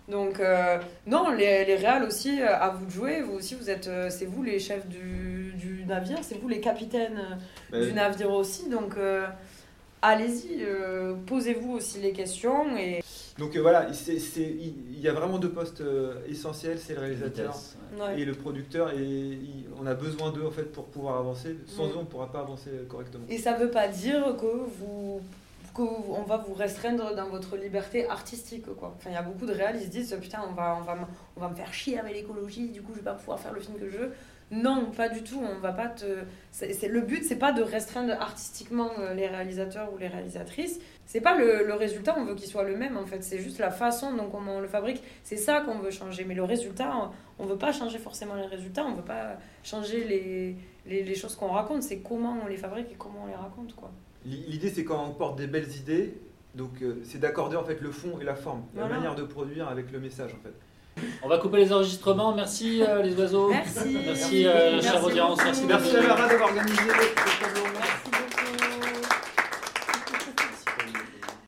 Donc non, les réals aussi, à vous de jouer. Vous aussi, c'est vous les chefs du navire, c'est vous les capitaines du navire aussi. Donc allez-y, posez-vous aussi les questions. Donc voilà, il y a vraiment 2 postes essentiels, c'est le réalisateur et le producteur. Et on a besoin d'eux en fait pour pouvoir avancer. Sans eux, on ne pourra pas avancer correctement. Et ça ne veut pas dire qu'on va vous restreindre dans votre liberté artistique, quoi. Enfin, il y a beaucoup de réals, ils se disent putain, on va me faire chier avec l'écologie, du coup je vais pas pouvoir faire le film que je veux. Non, pas du tout. On va pas le but, c'est pas de restreindre artistiquement les réalisateurs ou les réalisatrices. C'est pas le résultat, on veut qu'il soit le même en fait. C'est juste la façon dont on le fabrique. C'est ça qu'on veut changer. Mais le résultat, on veut pas changer forcément les résultats. On veut pas changer les choses qu'on raconte. C'est comment on les fabrique et comment on les raconte, quoi. L'idée, c'est quand on porte des belles idées, donc c'est d'accorder en fait le fond et la forme, la manière de produire avec le message en fait. On va couper les enregistrements. Merci les oiseaux. Merci. Merci chère audience. Merci à Lara d'avoir organisé cette table ronde.